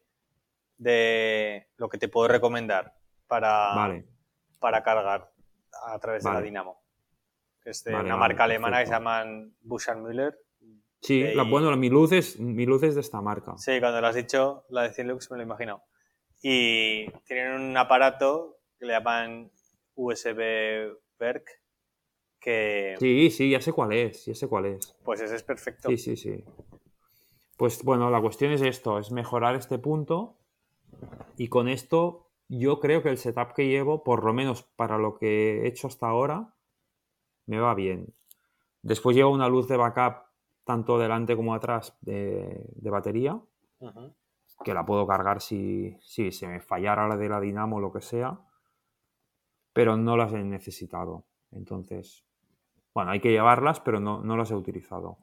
de lo que te puedo recomendar para, Vale, para cargar a través de la vale, Dinamo. Que es de vale, una vale, marca alemana que se perfecto. llaman Busch Müller. Sí, bueno, mi luz es de esta marca. Sí, cuando lo has dicho, la de Cinelux me lo he imaginado. Y tienen un aparato que le llaman USB Verk, que Sí, sí, ya sé cuál es, ya sé cuál es. pues ese es Sí, perfecto. sí, sí. Pues bueno, la cuestión es esto, es mejorar este punto y con esto yo creo que el setup que llevo, por lo menos para lo que he hecho hasta ahora, me va bien. Después llevo una luz de backup tanto delante como atrás de batería, que la puedo cargar si se me fallara la de la Dinamo o lo que sea, pero no las he necesitado. Entonces, bueno, hay que llevarlas, pero no las he utilizado.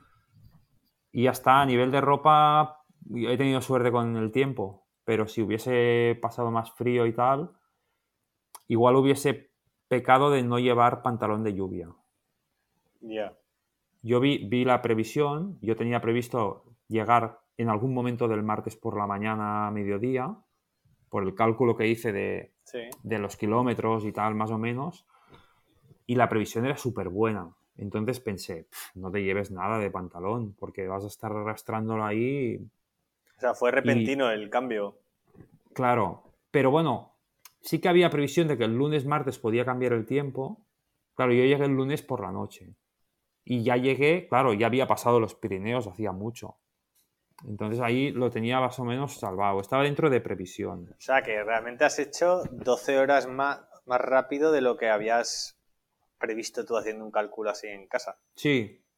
Y ya está, a nivel de ropa, he tenido suerte con el tiempo, pero si hubiese pasado más frío y tal, igual hubiese pecado de no llevar pantalón de lluvia. Ya. Yo vi la previsión, yo tenía previsto llegar en algún momento del martes por la mañana a mediodía, por el cálculo que hice Sí. de los kilómetros y tal, más o menos, y la previsión era súper buena. Entonces pensé, no te lleves nada de pantalón, porque vas a estar arrastrándolo ahí. O sea, fue Y repentino el cambio. claro, pero bueno, sí que había previsión de que el lunes, martes podía cambiar el tiempo. Claro, yo llegué el lunes por la noche. Y ya llegué, claro, ya había pasado los Pirineos, hacía mucho. Entonces ahí lo tenía más o menos salvado. Estaba dentro de previsión. O sea, que realmente has hecho 12 horas más rápido de lo que habías previsto tú haciendo un cálculo así en casa. Sí,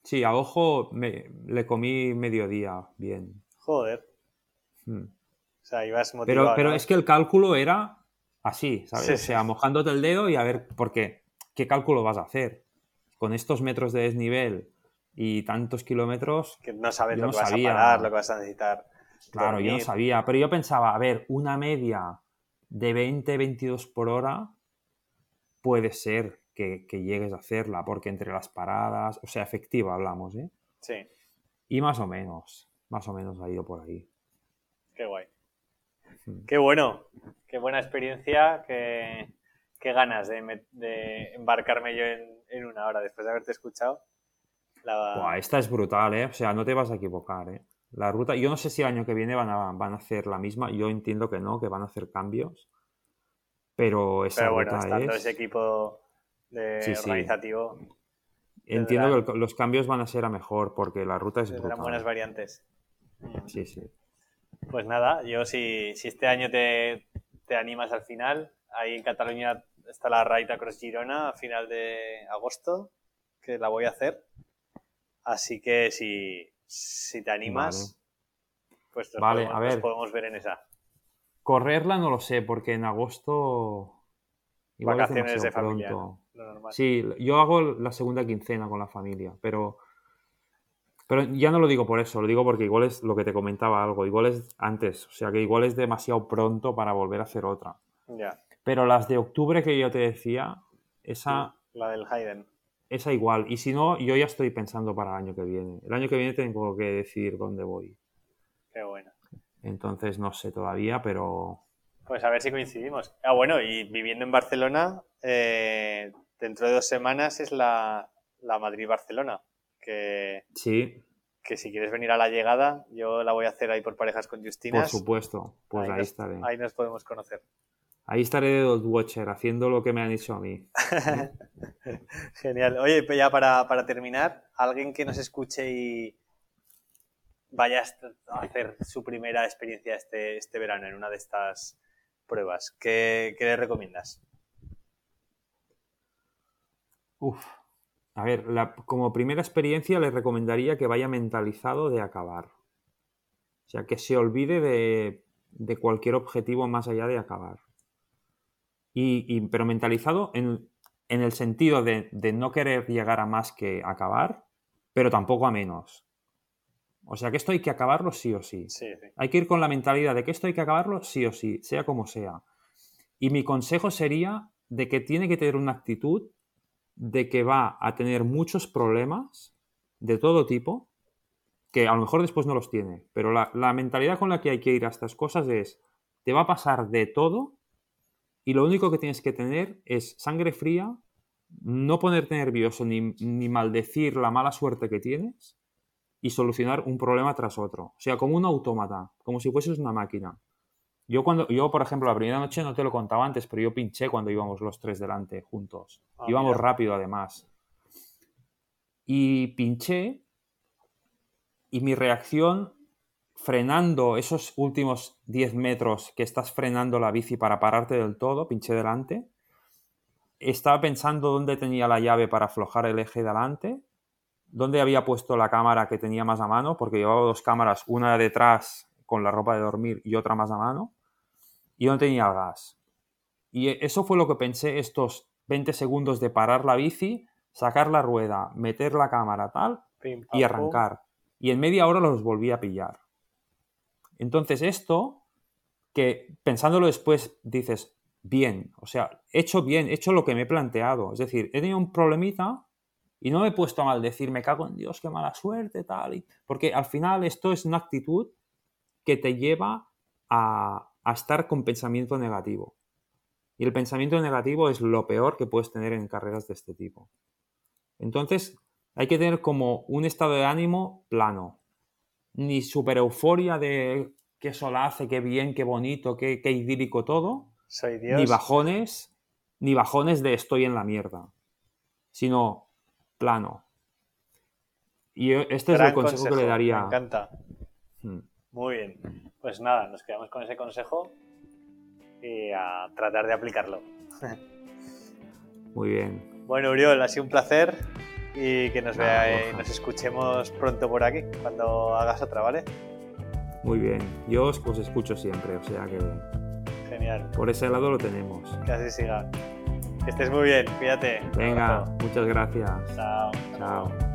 Sí, a ojo le comí mediodía bien. Joder. Mm. O sea, ibas motivado, Pero ¿no? es que el cálculo era así, ¿sabes? Sí, O sí. sea, mojándote el dedo y a ver, porque ¿qué cálculo vas a hacer? Con estos metros de desnivel y tantos kilómetros, Que no sabes yo lo no que vas a parar, lo sabía, que vas a necesitar claro, yo no dormir. sabía, pero yo pensaba, a ver, una media de 20-22 por hora puede ser que llegues a hacerla, porque entre las paradas, o sea, efectiva hablamos, ¿eh? Sí, Y más o menos ha ido por ahí. qué guay. Mm. Qué bueno, qué buena experiencia, qué ganas de embarcarme yo en una hora después de haberte escuchado. Buah, La... esta es brutal, ¿eh? O sea, no te vas a equivocar, ¿eh? La ruta, yo no sé si el año que viene van a hacer la misma, yo entiendo que no, que van a hacer cambios, pero esa Pero bueno, ruta estando ese es... equipo Sí, sí, organizativo, entiendo que tendrán, los cambios van a ser a mejor porque la ruta es tendrán buenas brutal. variantes. Sí, sí. Pues nada, yo si este año te animas al final, ahí en Cataluña está la Raita Cross Girona a final de agosto, que la voy a hacer. Así que si te Vale. animas, pues Vale, a nos ver, podemos ver en esa. correrla no lo sé porque en agosto igual es Vacaciones demasiado de familia, ¿no? pronto. Lo normal. Sí, yo hago la segunda quincena con la familia, pero ya no lo digo por eso, lo digo porque igual es lo que te comentaba algo, igual es antes, o sea que igual es demasiado pronto para volver a hacer otra. Ya, Pero las de octubre que yo te decía, la del Hayden. esa igual. Y si no, yo ya estoy pensando para el año que viene. El año que viene tengo que decidir dónde voy. Qué bueno. Entonces no sé todavía, pero Pues a ver si coincidimos. Ah, bueno, y viviendo en Barcelona, dentro de 2 semanas es la Madrid-Barcelona, sí, que si quieres venir a la llegada, yo la voy a hacer ahí por parejas con por Justinas. supuesto, pues ahí estaré. Ahí nos podemos conocer. Ahí estaré de Dog Watcher haciendo lo que me han hecho a mí. ¿Eh? Genial. Oye, pues ya para terminar, alguien que nos escuche y vaya a hacer su primera experiencia este verano en una de estas pruebas, ¿qué le recomiendas? Uf. A ver, como primera experiencia le recomendaría que vaya mentalizado de acabar. O sea, que se olvide de cualquier objetivo más allá de acabar. Pero mentalizado en el sentido de no querer llegar a más que acabar, pero tampoco a menos. O sea, que esto hay que acabarlo sí o sí. Sí, sí. Hay que ir con la mentalidad de que esto hay que acabarlo sí o sí, sea como sea. Y mi consejo sería de que tiene que tener una actitud de que va a tener muchos problemas de todo tipo, que a lo mejor después no los tiene, pero la mentalidad con la que hay que ir a estas cosas es, te va a pasar de todo y lo único que tienes que tener es sangre fría, no ponerte nervioso ni maldecir la mala suerte que tienes y solucionar un problema tras otro. O sea, como un autómata, como si fueses una máquina. Yo, por ejemplo, la primera noche no te lo contaba antes, pero yo pinché cuando íbamos los tres delante juntos. Ah, Íbamos mira. rápido además. Y pinché y mi reacción frenando esos últimos 10 metros que estás frenando la bici para pararte del todo, pinché delante. Estaba pensando dónde tenía la llave para aflojar el eje delante, dónde había puesto la cámara que tenía más a mano, porque llevaba dos cámaras, una detrás con la ropa de dormir y otra más a mano, y no tenía el gas. Y eso fue lo que pensé estos 20 segundos de parar la bici, sacar la rueda, meter la cámara tal Pim, y pam, pum. arrancar. Y en media hora los volví a pillar. Entonces esto, que pensándolo después dices, bien, o sea, he hecho bien, he hecho lo que me he planteado. Es decir, he tenido un problemita y no me he puesto a maldecir, me cago en Dios, qué mala suerte, tal. Porque al final esto es una actitud que te lleva a estar con pensamiento negativo. Y el pensamiento negativo es lo peor que puedes tener en carreras de este tipo. Entonces, hay que tener como un estado de ánimo plano. Ni super euforia de qué solace, qué bien, qué bonito, qué idílico todo. Soy Ni Dios. bajones, ni bajones de estoy en la mierda. Sino plano. Y este es el Gran consejo que le consejo, me daría. encanta. Muy bien. Pues nada, nos quedamos con ese consejo y a tratar de aplicarlo. Muy bien. Bueno, Uriol, ha sido un placer y que nos Nada, vea y Borja. nos escuchemos pronto por aquí, cuando hagas otra, ¿vale? Muy bien. Yo os escucho siempre, o sea que Genial, por ese lado lo tenemos. que así siga. Que estés muy bien, cuídate. Un Venga, abrazo. muchas gracias. Chao. Chao.